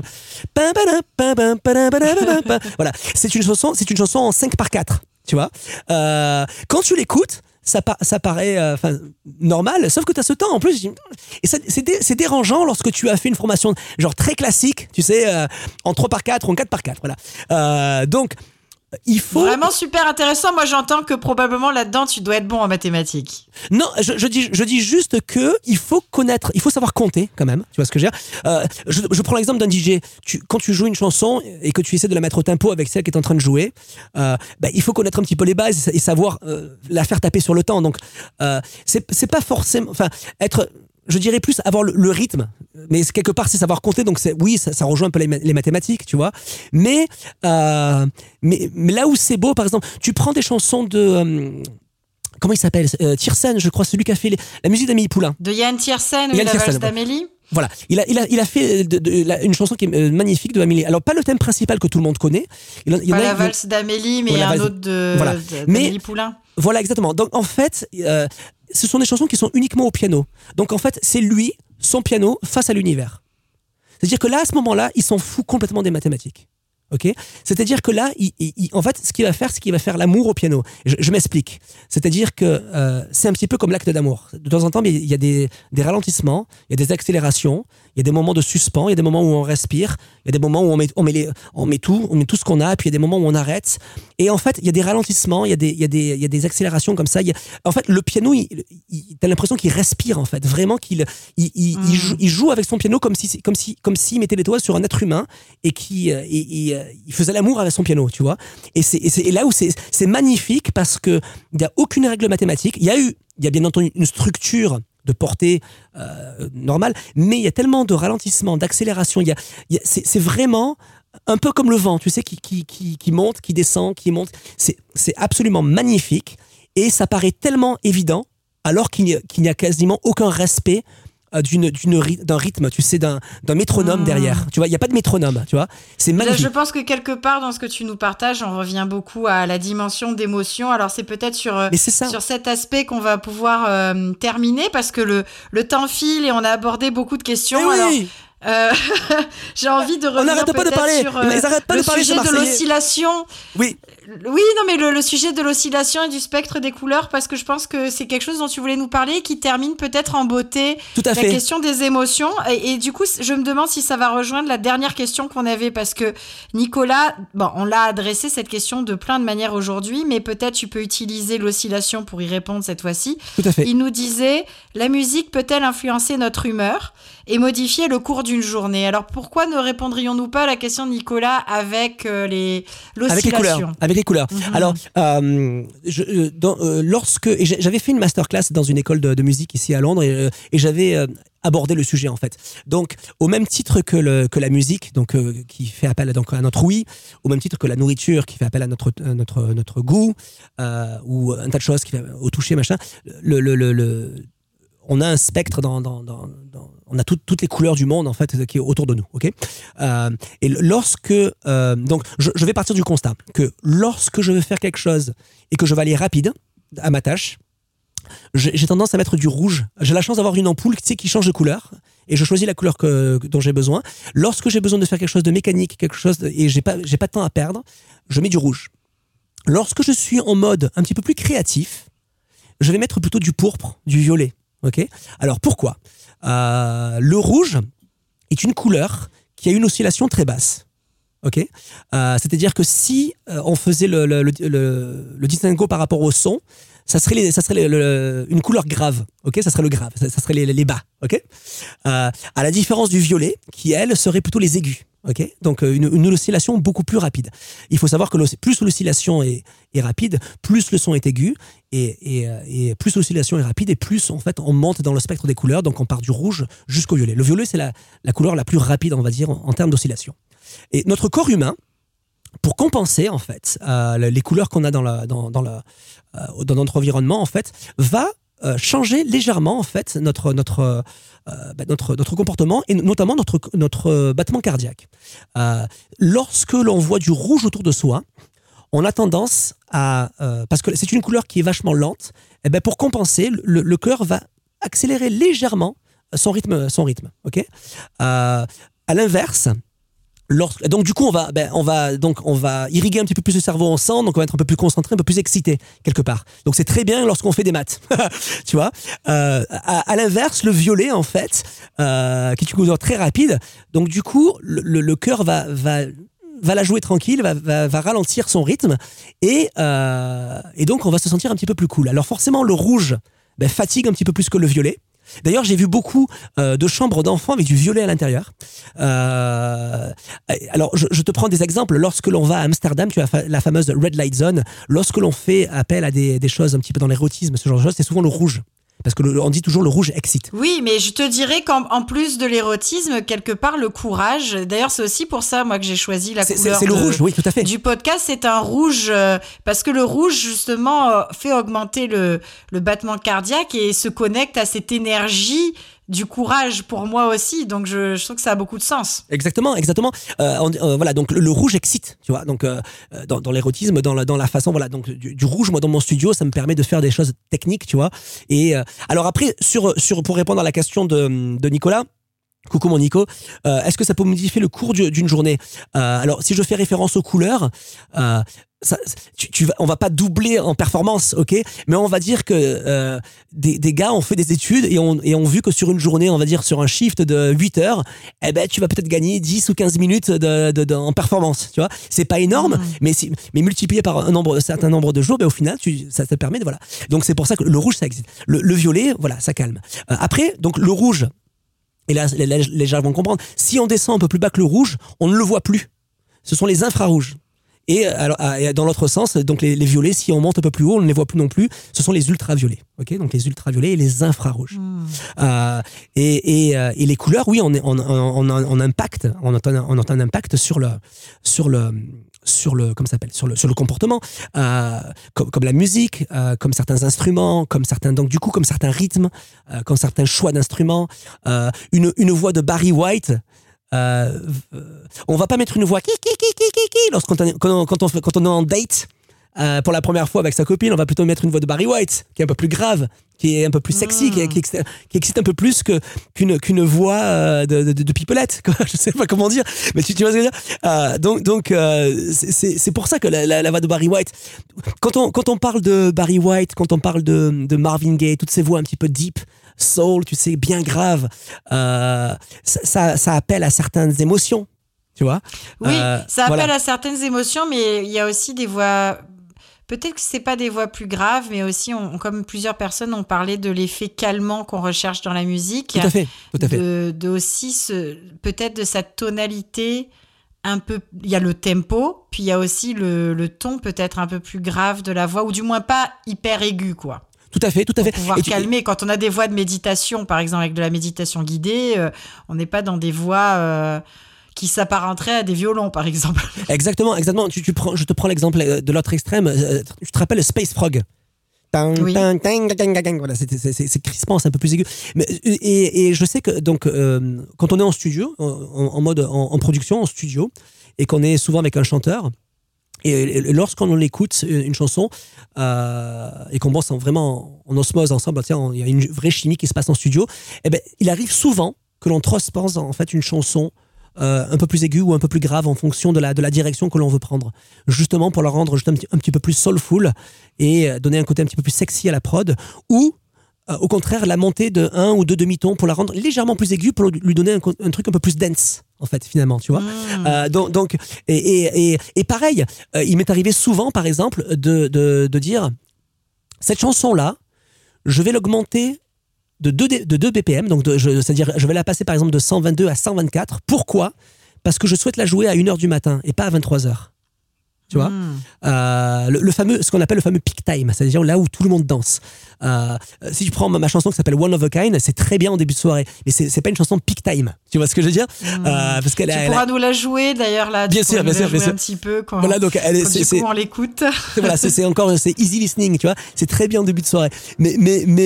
pam. Voilà, c'est une chanson en 5/4, tu vois. Quand tu l'écoutes, ça paraît normal, sauf que tu as ce temps en plus. Et c'est dérangeant lorsque tu as fait une formation genre très classique, tu sais, en 3/4 ou en 4/4. Voilà. Donc, il faut... Vraiment super intéressant. Moi, j'entends que probablement là-dedans, tu dois être bon en mathématiques. Non, je dis juste que il faut savoir compter quand même. Tu vois ce que je veux dire? Je prends l'exemple d'un DJ. Quand tu joues une chanson et que tu essaies de la mettre au tempo avec celle qui est en train de jouer, il faut connaître un petit peu les bases et savoir la faire taper sur le temps. Donc, c'est pas forcément... Enfin, je dirais plus avoir le rythme, mais quelque part c'est savoir compter, donc ça rejoint un peu les mathématiques, tu vois. Mais là où c'est beau, par exemple, tu prends des chansons de... comment il s'appelle, Tiersen, je crois, celui qui a fait la musique d'Amélie Poulain. De Yann Tiersen, ou la valse d'Amélie. Voilà, il a fait une chanson qui est magnifique de Amélie. Alors pas le thème principal que tout le monde connaît. Pas la valse d'Amélie, mais un autre d'Amélie Poulain. Voilà, exactement. Donc en fait, ce sont des chansons qui sont uniquement au piano. Donc en fait, c'est lui, son piano, face à l'univers. C'est-à-dire que là, à ce moment-là, il s'en fout complètement des mathématiques. Okay, c'est-à-dire que là, en fait, ce qu'il va faire, c'est qu'il va faire l'amour au piano. Je m'explique. C'est-à-dire que c'est un petit peu comme l'acte d'amour. De temps en temps, il y a des ralentissements, il y a des accélérations, il y a des moments de suspens, il y a des moments où on respire, il y a des moments où on met tout ce qu'on a, puis il y a des moments où on arrête. Et en fait, il y a des ralentissements, il y a des accélérations comme ça. En fait, le piano, t'as l'impression qu'il respire en fait, vraiment qu'il il joue avec son piano comme s'il mettait les doigts sur un être humain et il faisait l'amour avec son piano, tu vois. Et là où c'est magnifique parce que il y a aucune règle mathématique. Il y a bien entendu une structure de portée normale, mais il y a tellement de ralentissements, d'accélération. C'est vraiment un peu comme le vent, tu sais, qui monte, qui descend, qui monte. C'est absolument magnifique et ça paraît tellement évident alors qu'il n'y a quasiment aucun respect d'un rythme, tu sais, d'un métronome derrière. Tu vois, il n'y a pas de métronome, tu vois. C'est magnifique. Là, je pense que quelque part, dans ce que tu nous partages, on revient beaucoup à la dimension d'émotion. Alors, c'est peut-être sur cet aspect qu'on va pouvoir terminer parce que le temps file et on a abordé beaucoup de questions. Oui. J'ai envie de revenir sur le sujet de l'oscillation. Oui, non, mais le sujet de l'oscillation et du spectre des couleurs, parce que je pense que c'est quelque chose dont tu voulais nous parler, qui termine peut-être en beauté la question des émotions. Et du coup, je me demande si ça va rejoindre la dernière question qu'on avait, parce que Nicolas, on l'a adressé cette question de plein de manières aujourd'hui, mais peut-être tu peux utiliser l'oscillation pour y répondre cette fois-ci. Tout à fait. Il nous disait, la musique peut-elle influencer notre humeur et modifier le cours d'une journée? Alors pourquoi ne répondrions-nous pas à la question de Nicolas avec l'oscillation? Avec les couleurs. Alors, j'avais fait une masterclass dans une école de musique ici à Londres et j'avais abordé le sujet en fait. Donc, au même titre que la musique, donc qui fait appel à notre ouïe, au même titre que la nourriture qui fait appel à notre goût, ou un tas de choses qui fait au toucher, machin. On a un spectre on a toutes les couleurs du monde en fait qui est autour de nous, ok. Et donc je vais partir du constat que lorsque je veux faire quelque chose et que je vais aller rapide à ma tâche, j'ai tendance à mettre du rouge. J'ai la chance d'avoir une ampoule, tu sais, qui change de couleur et je choisis la couleur dont j'ai besoin. Lorsque j'ai besoin de faire quelque chose de mécanique, et j'ai pas de temps à perdre, je mets du rouge. Lorsque je suis en mode un petit peu plus créatif, je vais mettre plutôt du pourpre, du violet. Ok. Alors pourquoi ? Le rouge est une couleur qui a une oscillation très basse. Ok. C'est-à-dire que si on faisait le distinguo par rapport au son, ça serait une couleur grave. Ok. Ça serait le grave. Ça serait les bas. Ok. À la différence du violet, qui elle serait plutôt les aigus. Okay, donc une oscillation beaucoup plus rapide. Il faut savoir que plus l'oscillation est rapide, plus le son est aigu, et plus l'oscillation est rapide, et plus en fait on monte dans le spectre des couleurs. Donc on part du rouge jusqu'au violet. Le violet, c'est la couleur la plus rapide, on va dire, en termes d'oscillation. Et notre corps humain, pour compenser en fait les couleurs qu'on a dans notre environnement, en fait, va changer légèrement en fait notre comportement et notamment notre battement cardiaque. Lorsque l'on voit du rouge autour de soi, on a tendance à parce que c'est une couleur qui est vachement lente, et ben pour compenser, le cœur va accélérer légèrement son rythme. Ok. À l'inverse. Donc du coup on va irriguer un petit peu plus le cerveau en sang, donc on va être un peu plus concentré, un peu plus excité quelque part. Donc c'est très bien lorsqu'on fait des maths, tu vois. À l'inverse, le violet en fait, qui est une couleur très rapide, donc du coup le cœur va la jouer tranquille, va ralentir son rythme et donc on va se sentir un petit peu plus cool. Alors forcément le rouge fatigue un petit peu plus que le violet. D'ailleurs, j'ai vu beaucoup de chambres d'enfants avec du violet à l'intérieur. Alors, je te prends des exemples. Lorsque l'on va à Amsterdam, tu as la fameuse Red Light Zone. Lorsque l'on fait appel à des choses un petit peu dans l'érotisme, ce genre de choses, c'est souvent le rouge. Parce on dit toujours le rouge excite. Oui, mais je te dirais qu'en plus de l'érotisme, quelque part, le courage. D'ailleurs, c'est aussi pour ça, moi, que j'ai choisi la couleur. C'est le rouge, oui, tout à fait. Du podcast, c'est un rouge, parce que le rouge, justement, fait augmenter le battement cardiaque et se connecte à cette énergie du courage pour moi aussi, donc je trouve que ça a beaucoup de sens. Exactement. Voilà, donc le rouge excite, tu vois. Donc dans l'érotisme, dans la façon, voilà, donc du rouge, moi dans mon studio, ça me permet de faire des choses techniques, tu vois. Et alors après, pour répondre à la question de Nicolas. Coucou mon Nico, est-ce que ça peut modifier le cours d'une journée? Alors si je fais référence aux couleurs, on va pas doubler en performance, ok? Mais on va dire que des gars ont fait des études et ont vu que sur une journée, on va dire sur un shift de 8 heures, eh ben tu vas peut-être gagner 10 ou 15 minutes en performance, tu vois? C'est pas énorme, mais multiplié par un certain nombre de jours, ben au final ça te permet de voilà. Donc c'est pour ça que le rouge ça existe. Le violet, voilà, ça calme. Après, donc le rouge. Et là, les gens vont comprendre. Si on descend un peu plus bas que le rouge, on ne le voit plus. Ce sont les infrarouges. Et alors, dans l'autre sens, donc les violets, si on monte un peu plus haut, on ne les voit plus non plus. Ce sont les ultraviolets. Ok, donc les ultraviolets et les infrarouges. Et les couleurs, oui, on impacte. On entend un impact sur le comment ça s'appelle, sur le comportement, comme la musique, comme certains instruments, comme certains rythmes, comme certains choix d'instruments. Une voix de Barry White. On va pas mettre une voix qui quand on est en date pour la première fois avec sa copine. On va plutôt mettre une voix de Barry White qui est un peu plus grave, qui est un peu plus sexy, qui excite un peu plus qu'une voix de pipelette, quoi. Je sais pas comment dire, mais tu vois ce que je veux dire. Donc c'est pour ça que la voix de Barry White, quand on parle de Barry White, quand on parle de Marvin Gaye, toutes ces voix un petit peu deep, soul, tu sais, bien grave, ça appelle à certaines émotions, tu vois. Oui, ça appelle à certaines émotions, mais il y a aussi des voix. Peut-être que c'est pas des voix plus graves, mais aussi, comme plusieurs personnes ont parlé de l'effet calmant qu'on recherche dans la musique. Tout à fait. De aussi peut-être de sa tonalité un peu. Il y a le tempo, puis il y a aussi le ton peut-être un peu plus grave de la voix, ou du moins pas hyper aigu, quoi. Tout à fait. Pour pouvoir calmer. Quand on a des voix de méditation, par exemple, avec de la méditation guidée, on n'est pas dans des voix qui s'apparenteraient à des violons, par exemple. Exactement. Je te prends l'exemple de l'autre extrême. Tu te rappelles le Space Frog? Oui. Voilà, c'est crispant, c'est un peu plus aigu. Mais, et je sais que donc quand on est en studio, en production, en studio, et qu'on est souvent avec un chanteur, et lorsqu'on écoute une chanson et qu'on bosse vraiment en osmose ensemble, il y a une vraie chimie qui se passe en studio, et ben il arrive souvent que l'on transpose en fait une chanson un peu plus aiguë ou un peu plus grave en fonction de la direction que l'on veut prendre, justement pour la rendre juste un petit peu plus soulful et donner un côté un petit peu plus sexy à la prod, ou au contraire la monter de 1 ou 2 demi-tons pour la rendre légèrement plus aiguë, pour lui donner un truc un peu plus dense, en fait, finalement, tu vois. Donc et pareil, il m'est arrivé souvent, par exemple, de dire cette chanson-là, je vais l'augmenter de 2 BPM, donc c'est-à-dire je vais la passer par exemple de 122 à 124. Pourquoi? Parce que je souhaite la jouer à 1h du matin et pas à 23h. Tu vois, le fameux, ce qu'on appelle le fameux peak time, c'est-à-dire là où tout le monde danse. Si tu prends ma chanson qui s'appelle One of a Kind, c'est très bien en début de soirée, mais c'est pas une chanson peak time. Tu vois ce que je veux dire? Parce qu'elle tu pourras nous la jouer d'ailleurs là. Bien sûr. Un petit peu quand. Voilà, donc on l'écoute. Voilà, c'est easy listening, tu vois. C'est très bien en début de soirée. Mais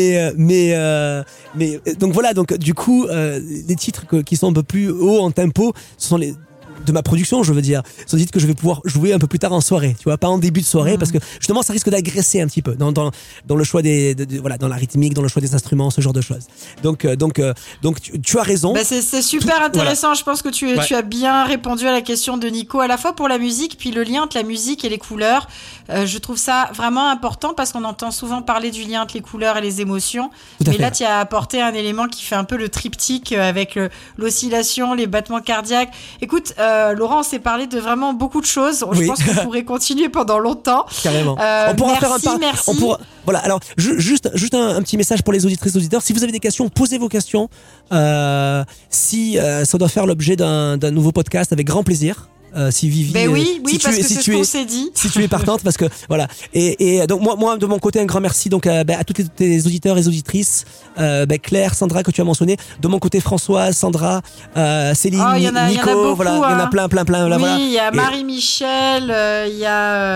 donc voilà, donc du coup, les titres qui sont un peu plus hauts en tempo, ce sont les de ma production, je veux dire, sont des titres que je vais pouvoir jouer un peu plus tard en soirée, tu vois, pas en début de soirée, parce que justement ça risque d'agresser un petit peu dans le choix voilà, dans la rythmique, dans le choix des instruments, ce genre de choses. Donc tu as raison. C'est super intéressant. Voilà. Je pense que tu as bien répondu à la question de Nico, à la fois pour la musique, puis le lien entre la musique et les couleurs. Je trouve ça vraiment important parce qu'on entend souvent parler du lien entre les couleurs et les émotions. Mais là, tu as apporté un élément qui fait un peu le triptyque avec l'oscillation, les battements cardiaques. Écoute, Laurent, on s'est parlé de vraiment beaucoup de choses. Je pense qu'on pourrait continuer pendant longtemps. Carrément. On pourra merci. Voilà. Alors, juste un petit message pour les auditrices et auditeurs. Si vous avez des questions, posez vos questions. Si ça doit faire l'objet d'un nouveau podcast, avec grand plaisir. Si Vivi, oui, parce que c'est ce qu'on s'est dit. Si tu es partante, parce que voilà. Et donc moi de mon côté un grand merci donc à tous les auditeurs et les auditrices, Claire, Sandra que tu as mentionné. De mon côté Françoise, Sandra, Céline, Nico, voilà, il y en a plein. Oui, il y a Marie-Michel, il y a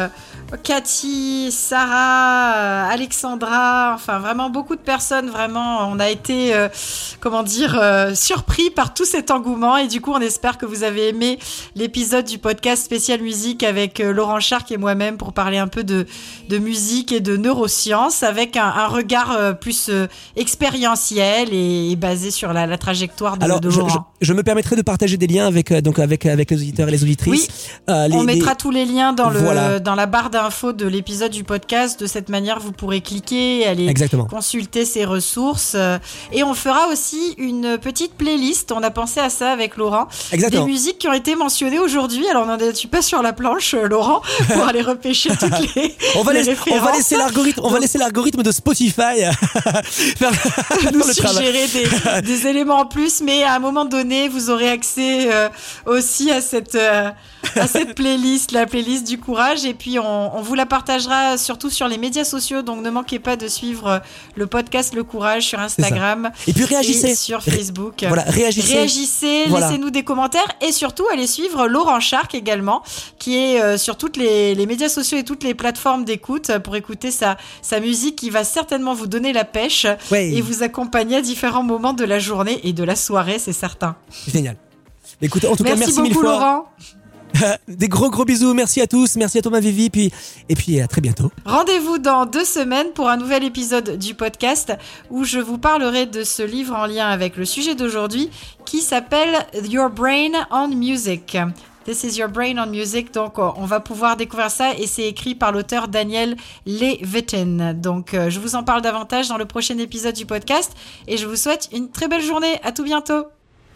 Cathy, Sarah, Alexandra, enfin vraiment beaucoup de personnes, vraiment on a été surpris par tout cet engouement et du coup on espère que vous avez aimé l'épisode du podcast spécial musique avec Laurent Charc et moi-même pour parler un peu de musique et de neurosciences avec un regard plus expérientiel et basé sur la trajectoire de Laurent. Je me permettrai de partager des liens avec les auditeurs et les auditrices. Oui, on mettra tous les liens dans la barre d'infos de l'épisode du podcast. De cette manière, vous pourrez cliquer, aller consulter ces ressources. Et on fera aussi une petite playlist. On a pensé à ça avec Laurent. Des musiques qui ont été mentionnées aujourd'hui. Alors, on n'en est pas sur la planche, Laurent, pour aller repêcher toutes les références. On va laisser l'algorithme de Spotify nous suggérer des éléments en plus. Mais à un moment donné, vous aurez accès aussi à cette playlist, la playlist du courage. Et puis, on vous la partagera surtout sur les médias sociaux. Donc, ne manquez pas de suivre le podcast Le Courage sur Instagram. Et puis, réagissez. Et sur Facebook. Réagissez. Laissez-nous des commentaires. Et surtout, allez suivre Laurent Charc également, qui est sur toutes les médias sociaux et toutes les plateformes d'écoute pour écouter sa musique qui va certainement vous donner la pêche et vous accompagner à différents moments de la journée et de la soirée, c'est certain. Génial. Écoute, en tout cas, merci beaucoup, mille fois. Laurent. Des gros bisous, merci à tous, merci à Thomas Vivi, et puis à très bientôt. Rendez-vous dans 2 semaines pour un nouvel épisode du podcast où je vous parlerai de ce livre en lien avec le sujet d'aujourd'hui qui s'appelle Your Brain on Music. This is Your Brain on Music, donc on va pouvoir découvrir ça et c'est écrit par l'auteur Daniel Levitin. Donc je vous en parle davantage dans le prochain épisode du podcast et je vous souhaite une très belle journée, à tout bientôt.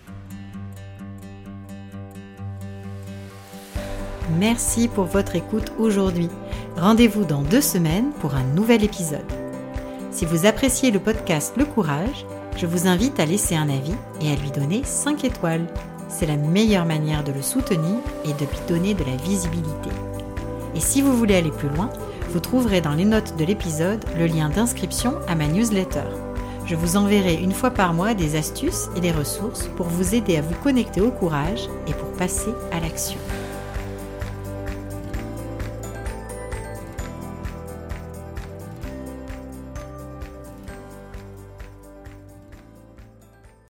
Merci pour votre écoute aujourd'hui. Rendez-vous dans 2 semaines pour un nouvel épisode. Si vous appréciez le podcast Le Courage, je vous invite à laisser un avis et à lui donner 5 étoiles. C'est la meilleure manière de le soutenir et de lui donner de la visibilité. Et si vous voulez aller plus loin, vous trouverez dans les notes de l'épisode le lien d'inscription à ma newsletter. Je vous enverrai 1 fois par mois des astuces et des ressources pour vous aider à vous connecter au courage et pour passer à l'action.